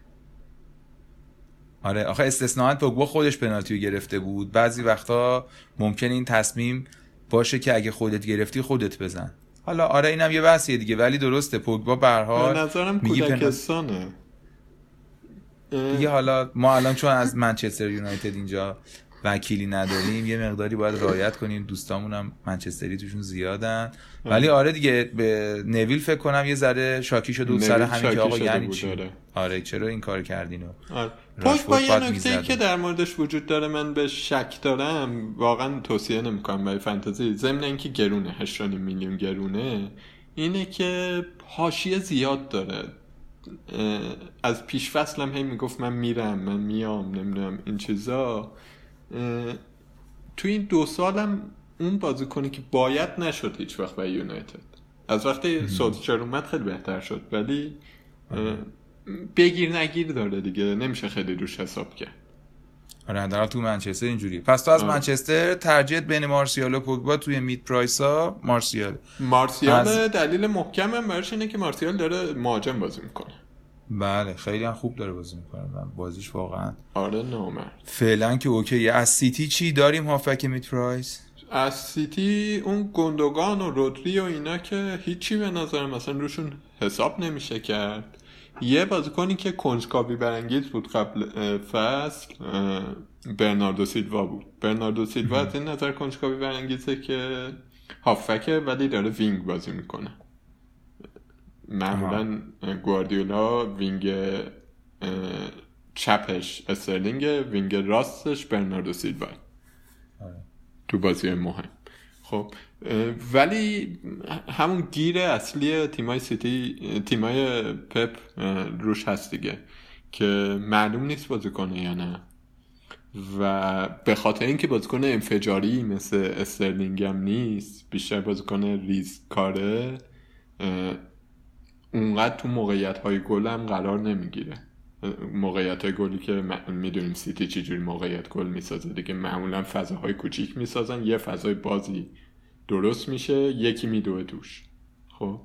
آره آخه استثناءاً پوگبا خودش پنالتی رو گرفته بود. بعضی وقتا ممکن این تصمیم باشه که اگه خودت گرفتی خودت بزن. حالا آره اینم یه بحثیه دیگه، ولی درسته پوگبا به هر حال به نظرم کودکستانه دیگه. حالا ما الان چون از منچستر یونایتد اینجا وکیلی نداریم یه مقداری باید رعایت کنیم، دوستامون هم منچستری توشون زیادن. ولی آره دیگه به نویل فکر کنم یه ذره شاکی شده بود سر همین که آقا یعنی چی؟ آره چرا این کار کردینو؟ پوگبا یه نکته که در موردش وجود داره من به شک دارم، واقعا توصیه نمی‌کنم برای فانتزی، ضمن اینکه گرونه 8.5 میلیون گرونه، اینه که حاشیه زیاد داره. از پیش فصلم هی میگفت من میرم من میام نمیدونم این چیزا. تو این 2 سالم اون بازیکنی که باید نشد هیچ وقت برای یونایتد. از وقتی سولشر اومد خیلی بهتر شد، ولی بگیر نگیر داره دیگه، نمیشه خیلی روش حساب کرد. آره در تو منچستر اینجوری. پس تو از منچستر ترجیح بین مارسیال و پوگبا توی مید پرایس ها مارسیال دلیل محکمم براش اینه که مارسیال داره مهاجم بازی میکنه. بله خیلی هم خوب داره بازی میکنه، بازیش واقعا آره نامرد. فعلا که اوکی. از سیتی چی داریم هافک مید پرایس؟ از سیتی اون گوندوگان و رودری و اینا که هیچی به نظر مثلا روشون حساب نمیشه کرد. یه بازیکنی که کنجکاوی برانگیز بود قبل فصل برناردو سیلوا بود. برناردو سیلوا از این نظر کنجکاوی برانگیزه که هافکه ولی داره وینگ بازی میکنه. معمولا گواردیولا وینگ چپش استرلینگ، وینگ راستش برناردو سیلوا تو بازی مهم. خب ولی همون گیر اصلی تیمای سیتی، تیمای پپ روش هست دیگه که معلوم نیست بازی کنه یا نه، و به خاطر اینکه بازیکن انفجاری مثل استرلینگ هم نیست، بیشتر بازیکن ریزکاره، اونقدر تو موقعیت‌های گل هم قرار نمیگیره. موقعیت‌های گلی که میدونیم سیتی چجوری موقعیت گل میسازه دیگه، معمولا فضاهای کوچیک میسازن، یه فضای بازی درست میشه، یکی میدوه توش. خب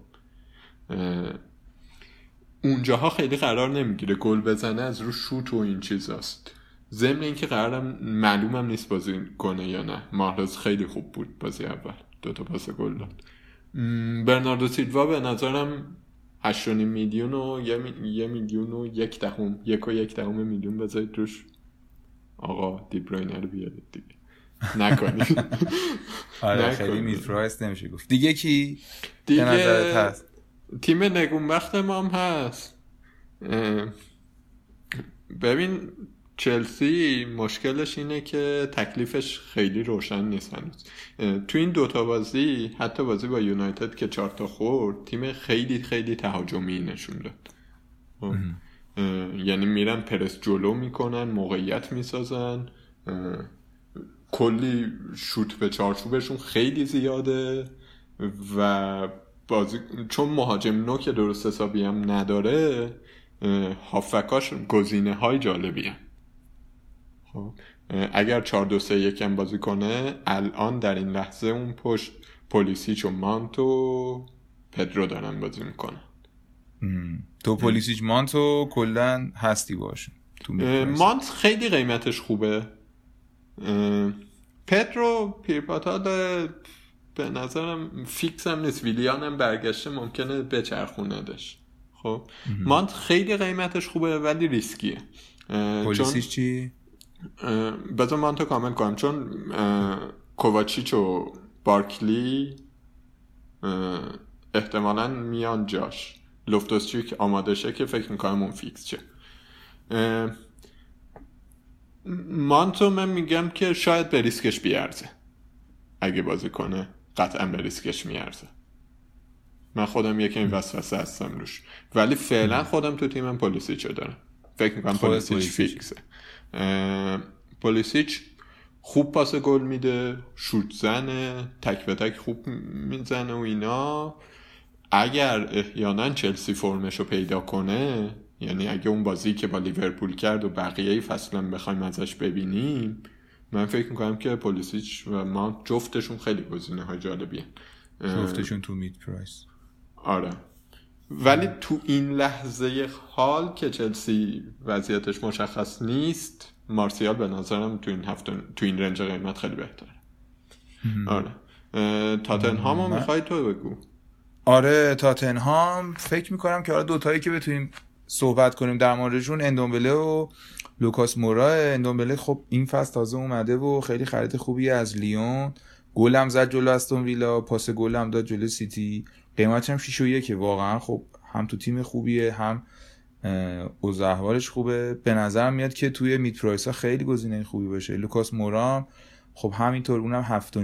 اونجاها خیلی قرار نمیگیره گل بزنه، از رو شوت و این چیزاست. ضمن اینکه قرارم معلومم نیست بازی کنه یا نه. محرز خیلی خوب بود بازی اول، 2 تا پاس گل داد. برناردو سیلوا به نظرم 8.5 میلیون و 1 میلیون و 1.1 میلیون بذارید روش. آقا دی بروینه رو بیارید دیگه. نکنید. آره خیلی میت پرایس نمیشه گفت. دیگه کی به نظرت هست؟ تیم نگونبخت ما هم هست. ببین چلسی مشکلش اینه که تکلیفش خیلی روشن نیست هنوز. تو این 2 تا بازی، حتی بازی با یونایتد که 4 تا خورد، تیم خیلی خیلی تهاجمی نشون داد. یعنی میرن پرس جلو میکنن، موقعیت میسازن، کلی شوت به چارچوبشون خیلی زیاده و بازی چون مهاجم نوک درست حسابی هم نداره، هافکاش گزینه های جالبیه. خب اگر 4-2-3-1 هم بازی کنه، الان در این لحظه اون پشت پولیسیچ و مانت و پدرو دارن بازی میکنن. تو پولیسیچ مانتو کلن هستی باشه. مانت خیلی قیمتش خوبه. پدرو پیرپاتا به نظرم فیکس هم نیست. ویلیان هم برگشته، ممکنه بچرخوندش. خب مانت خیلی قیمتش خوبه ولی ریسکیه. پولیسیچ چی؟ بذار مانتو کامل کنم. چون کوواچیچ و بارکلی احتمالاً میان جاش. لوفتوس-چیک آماده شه که فکر میکنم اون فیکس شه. مانتو من میگم که شاید به ریسکش بیارزه. اگه بازی کنه قطعا به ریسکش میارزه. من خودم یکی این وسوسه هستم روش، ولی فعلا خودم تو تیمم پولیسیچو دارم. فکر میکنم پولیسیچ فیکسه. پولیسیچ خوب پاس گل میده، شوت زنه، تک به تک خوب میزنه و اینا. اگر احیانا چلسی فرمشو پیدا کنه، یعنی اگه اون بازی که با لیورپول کرد و بقیه فصلم بخوایم ازش ببینیم، من فکر میکنم که پولیسیچ و ما جفتشون خیلی گزینه های جالبیه. جفتشون تو میت پرایس. آره ولی تو این لحظه حال که چلسی وضعیتش مشخص نیست، مارسیال به نظرم تو این هفته تو این رنج قیمت خیلی بهتره. آره تاتنهامو میخوای تو بگو؟ آره تاتنهام فکر میکنم که حالا دوتایی که بتونیم صحبت کنیم در موردشون، اندومبله و لوکاس مورا. اندومبله خب این فصل تازه اومده و خیلی خرید خوبی از لیون، گل هم زد جلو استون ویلا، پاس گل هم داد جلو سیتی، قیمتش هم 6.1 که واقعا خب هم تو تیم خوبیه، هم اوضاع احوالش خوبه. به نظرم میاد که توی میت پرایس ها خیلی گزینه خوبی باشه. لوکاس مورا خب همینطور، اونم 7.5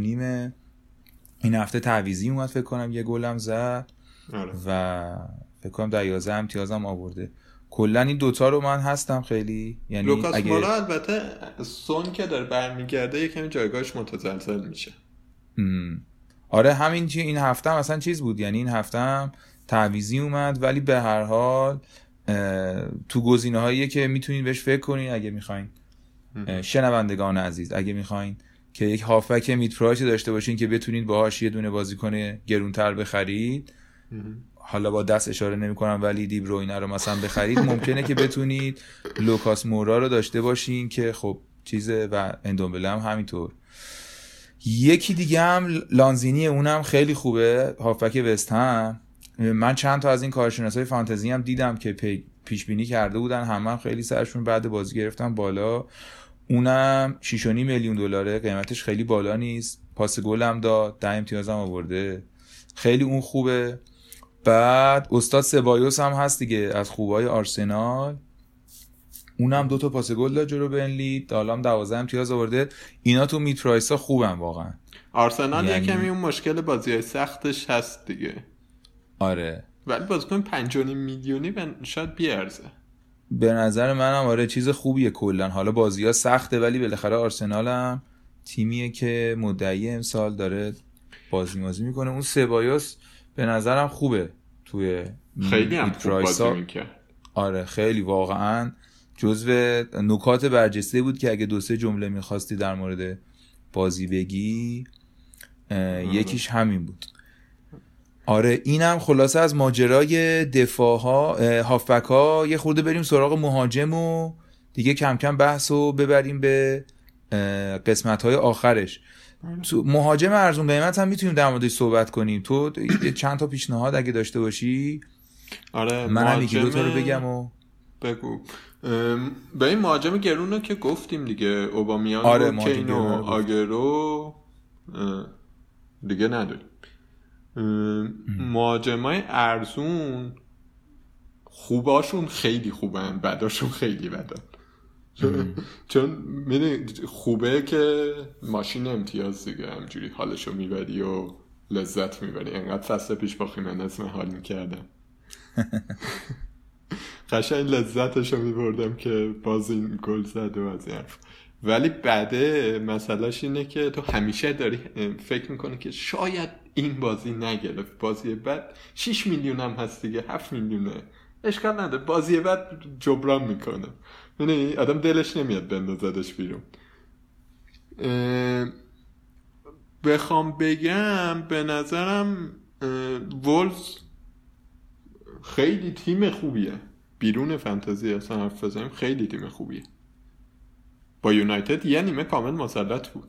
این هفته تعویضی اومد، فکر کنم یه گل هم زد و فکر کنم 11 امتیاز هم آورده. کلا این دوتا رو من هستم خیلی. یعنی لوکاس مورا البته سون که داره برمیگرده یکم جایگاهش متزلزل میشه. آره همین این هفته هم اصلا چیز بود، یعنی این هفته هم تعویضی اومد، ولی به هر حال تو گزینه‌هایی که میتونید بهش فکر کنین اگه میخواین. شنوندگان عزیز اگه میخواین که یک هافبک میت پرایس داشته باشین که بتونید باهاش یه دونه بازیکن گرونتر بخرید، حالا با دست اشاره نمی‌کنم ولی دی بروینه رو مثلا بخرید، ممکنه که بتونید لوکاس مورا رو داشته باشین که خب چیزه، و اندومبله هم همینطور. یکی دیگه هم لانزینی، اونم خیلی خوبه، هافبک وست هم. من چند تا از این کارشناسای فانتزی هم دیدم که پیش بینی کرده بودن، هم خیلی سرشون بعد بازی گرفتن بالا. اونم 6.5 میلیون دلاره، قیمتش خیلی بالا نیست، پاس گل هم داد، 10 امتیاز هم آورده، خیلی اون خوبه. بعد استاد سبایوس هم هست دیگه از خوبای آرسنال، اونم 2 تا پاس گل داد جلو بنلی، حالا هم 12 امتیاز آورده. اینا تو میت پرایس ها خوبن واقعا. آرسنال یعنی کمی اون مشکل بازیای سختش هست دیگه. آره ولی بازیکن 5.5 میلیونی شاید بیارزه. به نظر منم آره چیز خوبیه کلا. حالا بازی‌ها سخته ولی بالاخره آرسنال هم تیمیه که مدعی امسال داره بازی میکنه. اون سبایوس به نظرم خوبه توی خیلی هم خوب بازی میکنه. آره خیلی واقعا جزو نکات برجسته بود که اگه 2-3 جمله میخواستی در مورد بازی بگی یکیش همین بود. آره اینم خلاصه از ماجرای دفاع ها هافبک ها یه خورده بریم سراغ مهاجم و دیگه کم کم بحثو ببریم به قسمت های آخرش. تو مهاجم ارزون قیمت هم میتونیم در موردش صحبت کنیم. تو چند تا پیشنهاد اگه داشته باشی؟ آره منم یکی دو تا رو بگم و بگو. به این مهاجم گرون که گفتیم دیگه، اوبامیان آره و کین و آگرو دیگه نداریم. مهاجمای ارزون خوباشون خیلی خوبن، بداشون خیلی بدن. چون میدونی خوبه که ماشین امتیاز دیگه همجوری حالشو میبری و لذت میبری. انقدر فصل پیش با خیمنز من حال میکردم قشنگ لذتشو میبردم که باز این گل زد و از این حرف. ولی بعده مسئلهش اینه که تو همیشه داری فکر میکنی که شاید این بازی نگرفت، بازی بعد 6 میلیون هم هست دیگه، 7 میلیونه اشکال نداره، بازی بعد جبران میکنه. یعنی آدم دلش نمیاد بندازدش بیرون. بخوام بگم به نظرم وولز خیلی تیم خوبیه، بیرون فانتزی اصلا حرف بزنیم خیلی تیم خوبیه. با یونایتد یه نیمه کامل مسلط بود.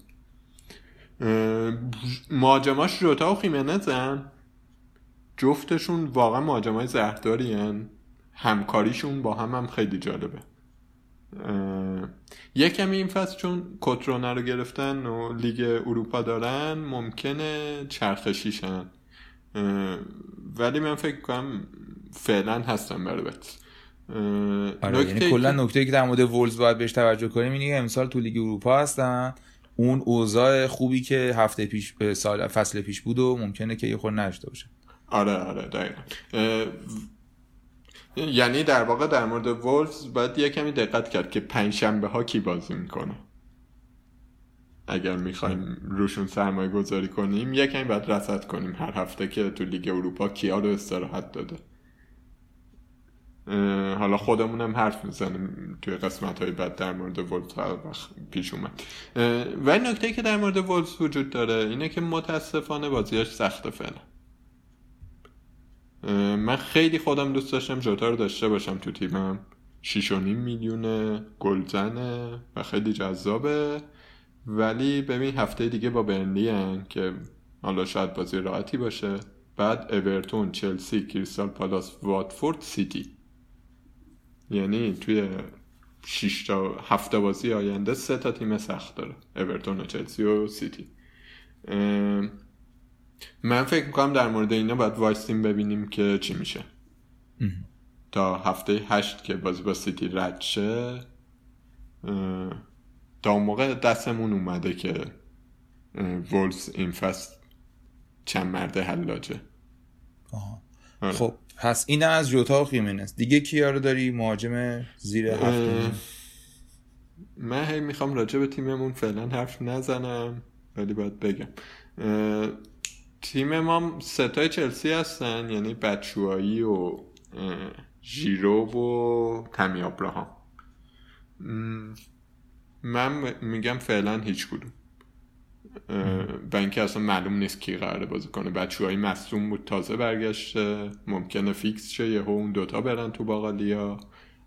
مهاجماش ژوتا و خیمنزن، جفتشون واقعا مهاجمای زهرداری هن. همکاریشون با هم خیلی جالبه. یه کمی این فصل چون کترونه رو گرفتن و لیگ اروپا دارن ممکنه چرخشیشن، ولی من فکر کنم فعلا هستن برای بت. آره یعنی کلا نکته‌ای که در مورد وولز باید بهش توجه کنیم اینه که امسال تو لیگ اروپا هستن، اون اوضاع خوبی که هفته پیش فصل پیش بود و ممکنه که یه خورده نشته باشه. آره دقیقاً. یعنی در واقع در مورد وولز باید یه کمی دقت کرد که پنجشنبه ها کی بازی میکنه. اگر میخوایم روشون سرمایه گذاری کنیم یه کمی باید رصد کنیم هر هفته که تو لیگ اروپا کیا رو استراحت داده. حالا خودمونم حرف میزنیم توی قسمت های بعد در مورد وولز پیش اومد. و این نکته‌ای که در مورد وولز وجود داره اینه که متاسفانه بازیاش سخته فعلا. من خیلی خودم دوست داشتم ژوتا رو داشته باشم تو تیمم، 6.5 میلیون گلزنه و خیلی جذابه. ولی ببین هفته دیگه با برنلی هن که حالا شاید بازی راحتی باشه، بعد اورتون، چلسی، کریستال پالاس، واتفورد، سیتی. یعنی توی 6 تا 7 بازی آینده 3 تا تیم سخت داره، اورتون و چلسی و سیتی. من فکر میکنم در مورد اینا باید وایستیم ببینیم که چی میشه تا هفته 8 که بازی با سیتی رد شه. تا اون موقع دستمون اومده که وولز این فصل چند مرده حلاجه. خب پس این از ژوتا و خیمنز. دیگه کیا رو داری مهاجم زیر 7؟ من هی میخوام راجع به تیممون فعلا حرف نزنم ولی باید بگم تیم ما 3 تای چلسی هستن، یعنی بچوایی و ژیرو و تامی ابراهام. من میگم فعلا هیچ کدوم، با اینکه اصلا معلوم نیست کی قراره بازی کنه. بچوایی مصدوم بود تازه برگشته، ممکنه فیکس شه، یهو اون دوتا برن تو باقالیا.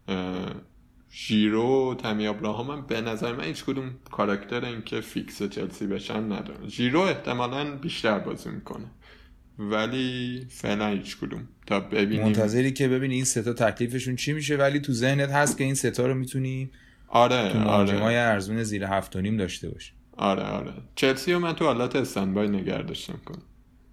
ژیرو و تامی ابراهام هم به نظر من هیچ کدوم کاراکتر این که فیکس چلسی بشن نداره. ژیرو احتمالاً بیشتر بازی میکنه ولی فعلا هیچ کدوم، تا ببینیم. منتظری که ببینی این 3 تا تکلیفشون چی میشه، ولی تو ذهنت هست که این 3 تا رو میتونی آره تو مهاجمای ارزون زیر 7.5 داشته باشی. آره چلسی رو من تو حالت استندبای نگه داشتم کنم.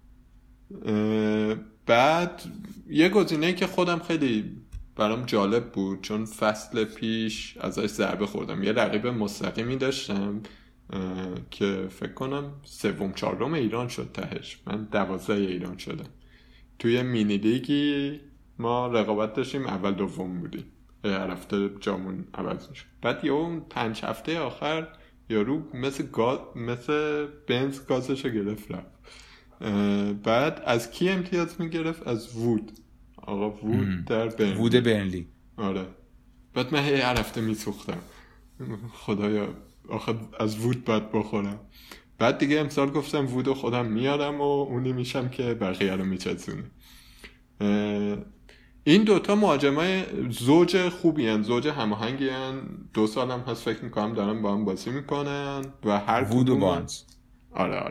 بعد یه گزینه‌ای که خودم خیلی برام جالب بود چون فصل پیش ازش ضربه خوردم، یه رقیب مستقیمی داشتم که فکر کنم 3-4 ایران شد تهش، من 12 ایران شدم. توی مینی لیگی ما رقابت داشتیم، اول دوم بودیم، هر هفته جامون عوض میشد. بعد یه اون 5 هفته آخر یارو مثل بنز گازشو گرفت رفت. بعد از کی امتیاز میگرفت؟ از وود، آقا وود در برنلی. وود برنلی. آره. بعد من هر هفته میسوختم، خدایا آخه از وود باید بخورم. بعد دیگه امسال گفتم وودو خودم میارم و اونی میشم که بقیه رو میچسونه. این دوتا مهاجمای زوج خوبی هن، زوج هماهنگی هن. 2 سالم هست فکر میکنم دارن با هم بازی میکنن و هر وود و بارنز. آره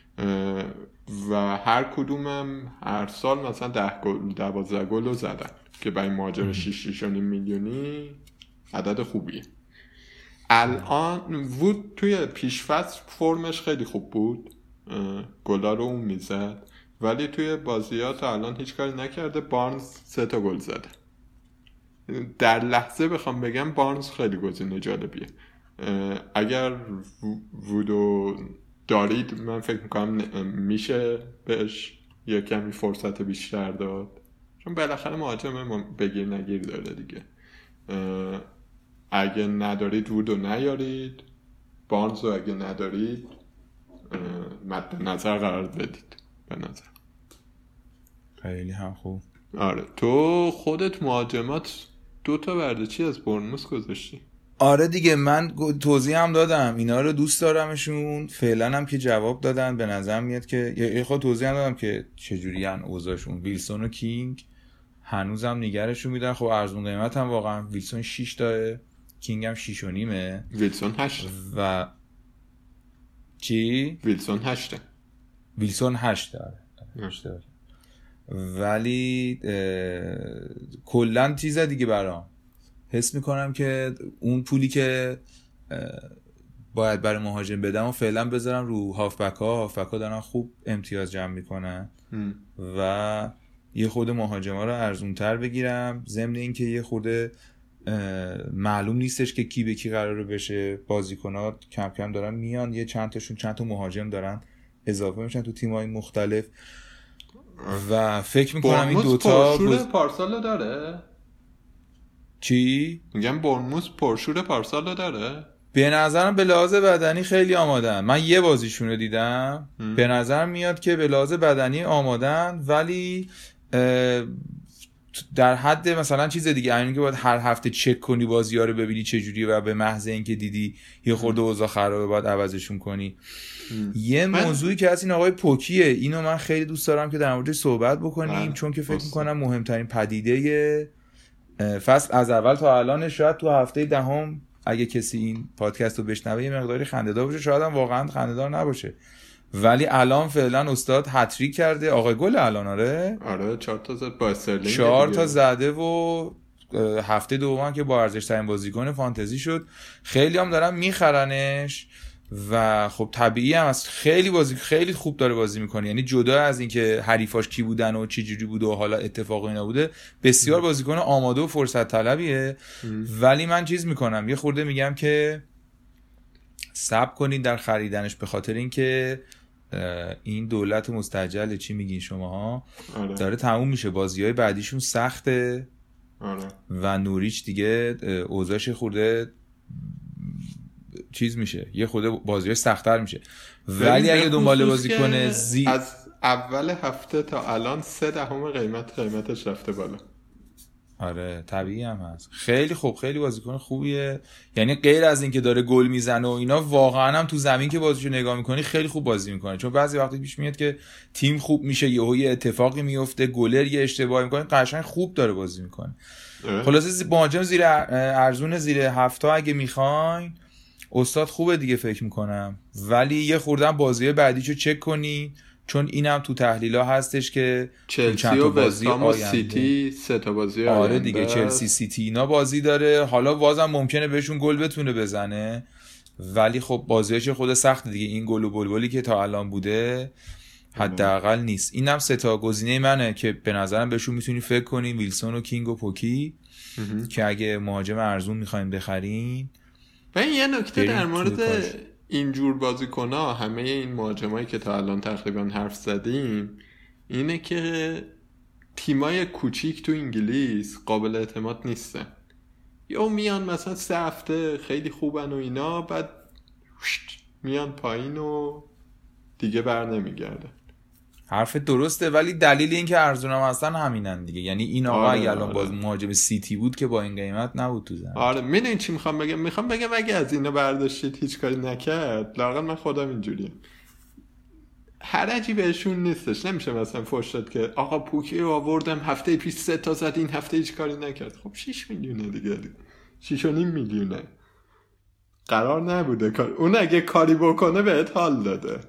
و هر کدومم هر سال مثلا 10 گل 12 گل رو زدن که برای مهاجم 6.5 میلیونی عدد خوبیه. الان وود توی پیش‌فصل فرمش خیلی خوب بود، گلا رو اون میزد، ولی توی بازیات الان هیچ کاری نکرده. بارنز 3 تا گل زده. در لحظه بخوام بگم بارنز خیلی گزینه جالبیه. اگر وودو دارید من فکر میکنم میشه بهش یه کمی فرصت بیشتر داد، چون بالاخره مهاجم بگیر نگیر داره دیگه. اگه ندارید وودو نیارید، بارنز رو اگه ندارید مد نظر قرار بدید به نظر. خیلی هم خوب. آره تو خودت مهاجمات 2 تا برده چی از بورنموث گذاشتی؟ آره دیگه من توضیح هم دادم اینا رو دوست دارمشون، فعلا هم که جواب دادن به نظر میاد که یه خود توضیح هم دادم که چجوری ان اوضاعشون. ویلسون و کینگ هنوزم نگرشون میدن، خب ارزون قیمت هم واقعا. ویلسون 6 تا، کینگ هم 6.5. ویلسون 8 و چی؟ ویلسون 8 ویلسون 8 داره. ولی کلن چیزه دیگه برام حس میکنم که اون پولی که باید برای مهاجم بدم و فعلا بذارم رو هافبک ها دارن خوب امتیاز جمع میکنن و یه خود مهاجم ها رو ارزونتر بگیرم. ضمن این که یه خود معلوم نیستش که کی به کی قراره بشه. بازیکنات کم کم دارن میان، یه چند تا مهاجم دارن اضافه میشن تو تیم‌های مختلف و فکر میکنم این دوتا پرشور پارسال داره. چی؟ میگم بورنموث پرشور پارسال داره. به نظرم به لحاظ بدنی خیلی آمادن. من یه بازیشون رو دیدم، به نظر میاد که به لحاظ بدنی آمادن، ولی در حد مثلا چیز دیگه، همین که باید هر هفته چک کنی بازی‌ها رو ببینی چه جوریه و به محض اینکه دیدی یه خورده اوضاع خرابه باید عوضشون کنی. یه موضوعی که از این آقای پوکیه، اینو من خیلی دوست دارم که در موردش صحبت بکنیم چون که فکر میکنم مهمترین پدیده فصل از اول تا الان. شاید تو هفته 10 اگه کسی این پادکست رو بشنوه یه مقداری خنده‌دار باشه، شاید هم واقعا خنده‌دار نباشه، ولی الان فعلا استاد هتریک کرده. آقای گل الان آره 4 تا زد با استرلینگ، 4 تا زده و هفته دوم که با ارزش ترین بازیکن فانتزی شد. خیلی هم دارن میخرنش و خب طبیعی هم است. خیلی خوب داره بازی میکنه، یعنی جدا از اینکه حریفاش کی بودن و چه جوری بوده و حالا اتفاقی اینا بوده، بسیار بازیکن آماده و فرصت طلبیه. ولی من چیز میکنم، یه خورده میگم که صبر کنید در خریدنش، به خاطر اینکه این دولت مستعجل چی میگین شماها داره تموم میشه، بازیای بعدیشون سخته و نوریچ دیگه اوضاعش خورده چیز میشه، یه خود بازیش سخت‌تر میشه. ولی اگه دنبال بازی کنه از اول هفته تا الان 0.3 قیمتش رفته بالا. آره طبیعی هم هست. خیلی خوب، خیلی بازیکن خوبیه، یعنی غیر از این که داره گل میزنه و اینا، واقعا هم تو زمین که بازیشو نگاه میکنی خیلی خوب بازی میکنه. چون بعضی وقتی پیش میاد که تیم خوب میشه، یه اتفاقی میفته، گلر یه اشتباهی میکنه، قشنگ خوب داره بازی میکنه. خلاصه مهاجم زیر ارزون زیر 7 اگه میخواین استاد خوبه دیگه فکر میکنم، ولی یه خورده بازی بعدیشو چک کنی، چون اینم تو تحلیلا هستش که چلسی و وستهام و سیتی 3 تا بازی آره دیگه چلسی سیتی اینا بازی داره. حالا بازم ممکنه بهشون گل بتونه بزنه، ولی خب بازیش خود سخت دیگه. این گل و بلبلی که تا الان بوده حداقل نیست. اینم 3 تا گزینه منه که به نظرم بهشون میتونی فکر کنین، ویلسون و کینگ و پوکی که اگه مهاجم ارزون میخواین بخرین. من یه نکته در مورد اینجور بازیکن‌ها، همه این مهاجمایی که تا الان تقریبا حرف زدیم، اینه که تیمای کوچیک تو انگلیس قابل اعتماد نیستن. یا میان مثلا 3 هفته خیلی خوبن و اینا، بعد میان پایین و دیگه بر نمیگردن. حرف درسته، ولی دلیل این که ارزون هم هستن همینن دیگه. یعنی این آقا اگه الان باز مهاجم سیتی بود که با این قیمت نبود تو زمین. آره میدونی چی میخوام بگم اگه از اینا برداشتید هیچ کاری نکرد، لااقل من خودم اینجوریم، حرجی بهشون نیستش. نمیشه مثلا فوش داد که آقا پوکی رو آوردم هفته پیش 3 تا زد این هفته هیچ کاری نکرد. خب 6 میلیونه دیگه، 6.5 میلیونه قرار نبوده کار. اون اگه کاری بکنه بهت حال داده.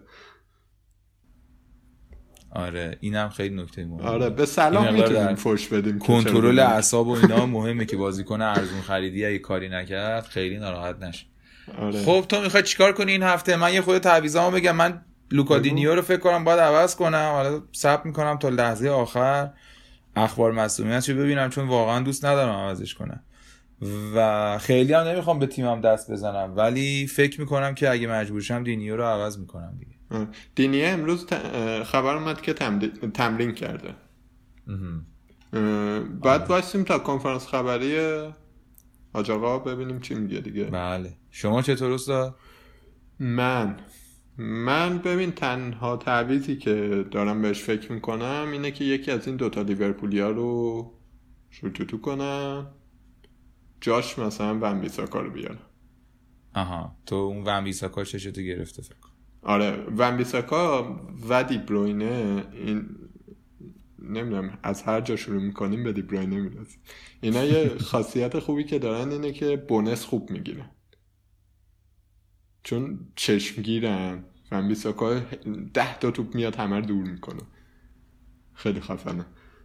آره اینم خیلی نکته مهمه. آره به سلام میتونیم فوش بدیم. کنترل اعصاب و اینا مهمه که بازیکن ارزون خریدی اگه کاری نکرد خیلی ناراحت نشه. آره. خب تو میخوای چیکار کنی این هفته؟ من یه خود تعویضامو بگم. من لوکا دینیو رو فکر کنم باید عوض کنم. حالا صبر میکنم تا لحظه آخر اخبار معصومیتشو ببینم، چون واقعا دوست ندارم عوضش کنم و خیلی هم نمیخوام به تیمم دست بزنم، ولی فکر میکنم که اگه مجبور شم دینیو رو عوض میکنم دیگه. دینیو امروز خبر اومد که تمرین کرده. بعد واسیم تا کنفرانس خبری حاج آقا ببینیم چی میگه دیگه. بله. شما چطور استاد؟ من ببین تنها تعویضی که دارم بهش فکر میکنم اینه که یکی از این دوتا لیورپولیا رو شوتوتو کنم، جاش مثلا ون بیساکا رو بیارم. آها تو اون ون بیساکا چشتو گرفته فکر کنم. آره ون بیساکا و دی بروینه، این نمیدونم از هر جا شروع میکنیم به دی بروینه میرسیم. اینا یه خاصیت خوبی که دارن اینه که بونس خوب میگیرن، چون چشمگیرن. ون بیساکا 10 تا توپ میاد همه رو دور میکنه، خیلی خفنه.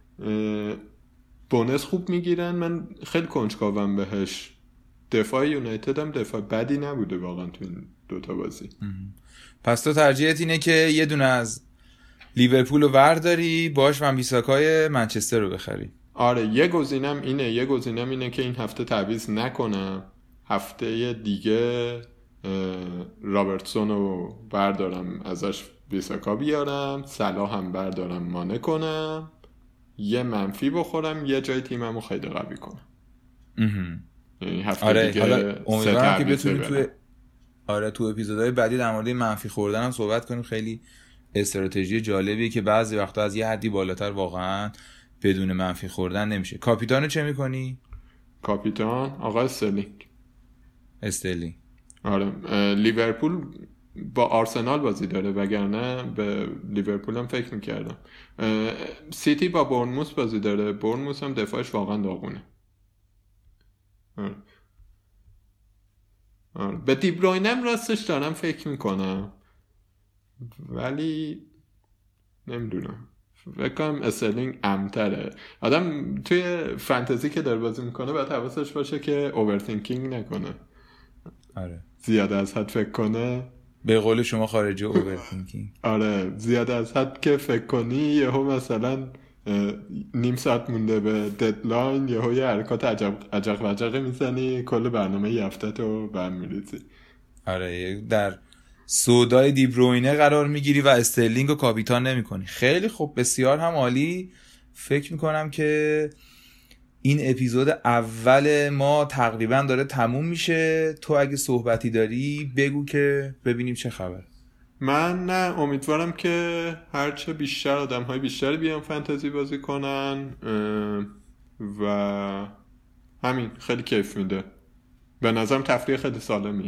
بونس خوب میگیرن، من خیلی کنجکاوم بهش. دفاع یونایتد هم دفاع بدی نبوده واقعا تو این دوتا بازی. پس تو ترجیحت اینه که یه دونه از لیورپول رو ورداری باش ون بیساکای منچستر رو بخری؟ آره یه گزینم اینه که این هفته تعویض نکنم، هفته دیگه رابرتسون رو بردارم ازش بیساکا بیارم، صلاح هم بردارم مانع کنم، یه منفی بخورم، یه جای تیمم رو خیلی قوی کنم. یعنی هفته آره دیگه حالا امیدوارم که بتونیم تو اپیزودهای بعدی در مورد منفی خوردن هم صحبت کنیم. خیلی استراتژی جالبیه که بعضی وقتا از یه حدی بالاتر واقعا بدون منفی خوردن نمیشه. کاپیتانو چه میکنی؟ کاپیتان آقا استرلینگ. آره لیورپول با آرسنال بازی داره، وگرنه به لیورپول هم فکر میکردم. سیتی با بورنموث بازی داره، بورنموث هم دفاعش واقعا داغونه. به دی بروینه راستش دارم فکر میکنم، ولی نمیدونم، فکر کنم استرلینگ امتره. آدم توی فانتزی که داره بازی میکنه باید حواسش باشه که اوورثینکینگ نکنه. آره زیاده از حد فکر کنه، به قول شما خارجی اوورثینکینگ. آره زیاده از حد که فکر کنی یهو مثلا نیم ساعت مونده به ددلاین یهو یه حرکات عجق وجقه میزنی، کل برنامه یه هفته تو برمیریزی. آره در سودای دی بروینه قرار میگیری و استرلینگ رو کاپیتان نمیکنی. خیلی خوب، بسیار هم عالی. فکر میکنم که این اپیزود اول ما تقریبا داره تموم میشه. تو اگه صحبتی داری بگو که ببینیم چه خبر. من نه، امیدوارم که هرچه بیشتر آدم‌های بیشتری بیان فانتزی بازی کنن و همین خیلی کیف میده. به نظرم تفریح خیلی سالمیه.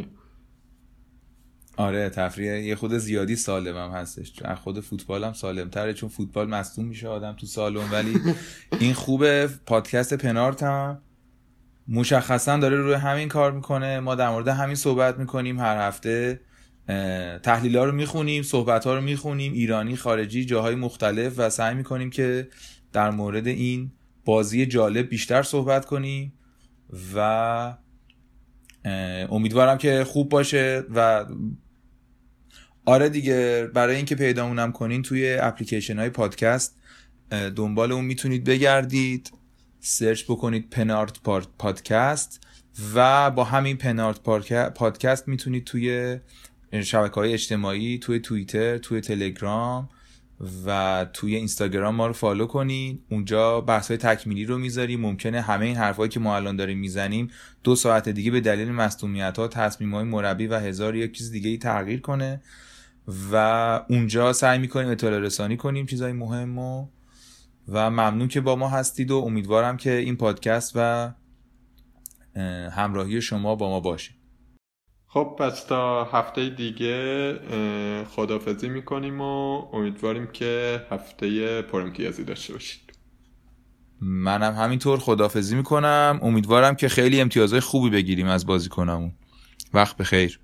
آره تفریح یه خود زیادی سالم هم هستش، چون خود فوتبال هم سالم تره، چون فوتبال مصدوم میشه آدم تو سالن، ولی این خوبه. پادکست پنارت هم مشخصا داره روی همین کار میکنه. ما در مورد همین صحبت میکنیم، هر هفته تحلیل‌ها رو میخونیم، صحبت‌ها رو میخونیم، ایرانی خارجی جاهای مختلف، و سعی میکنیم که در مورد این بازی جالب بیشتر صحبت کنیم و امیدوارم که خوب باشه. و آره دیگه، برای اینکه پیدامونم کنین توی اپلیکیشن های پادکست دنبال اون میتونید بگردید، سرچ بکنید پنارت پادکست و با همین پنارت پادکست میتونید توی شبکه‌های اجتماعی، توی توییتر، توی تلگرام و توی اینستاگرام ما رو فالو کنید. اونجا بحث‌های تکمیلی رو میذاریم. ممکنه همه این حرفایی که ما الان داریم میزنیم 2 ساعت دیگه به دلیل مصدومیت‌ها، تصمیم‌های مربی و هزار یک چیز دیگه‌ای تغییر کنه و اونجا سعی میکنیم اطلاع رسانی کنیم چیزای مهم و ممنون که با ما هستید و امیدوارم که این پادکست و همراهی شما با ما باشه. خب پس تا هفته دیگه خداحافظی میکنیم و امیدواریم که هفته پر امتیازی داشته باشید. منم همینطور خداحافظی میکنم، امیدوارم که خیلی امتیازهای خوبی بگیریم از بازیکنامون. وقت بخیر.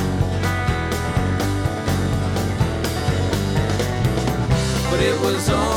It was all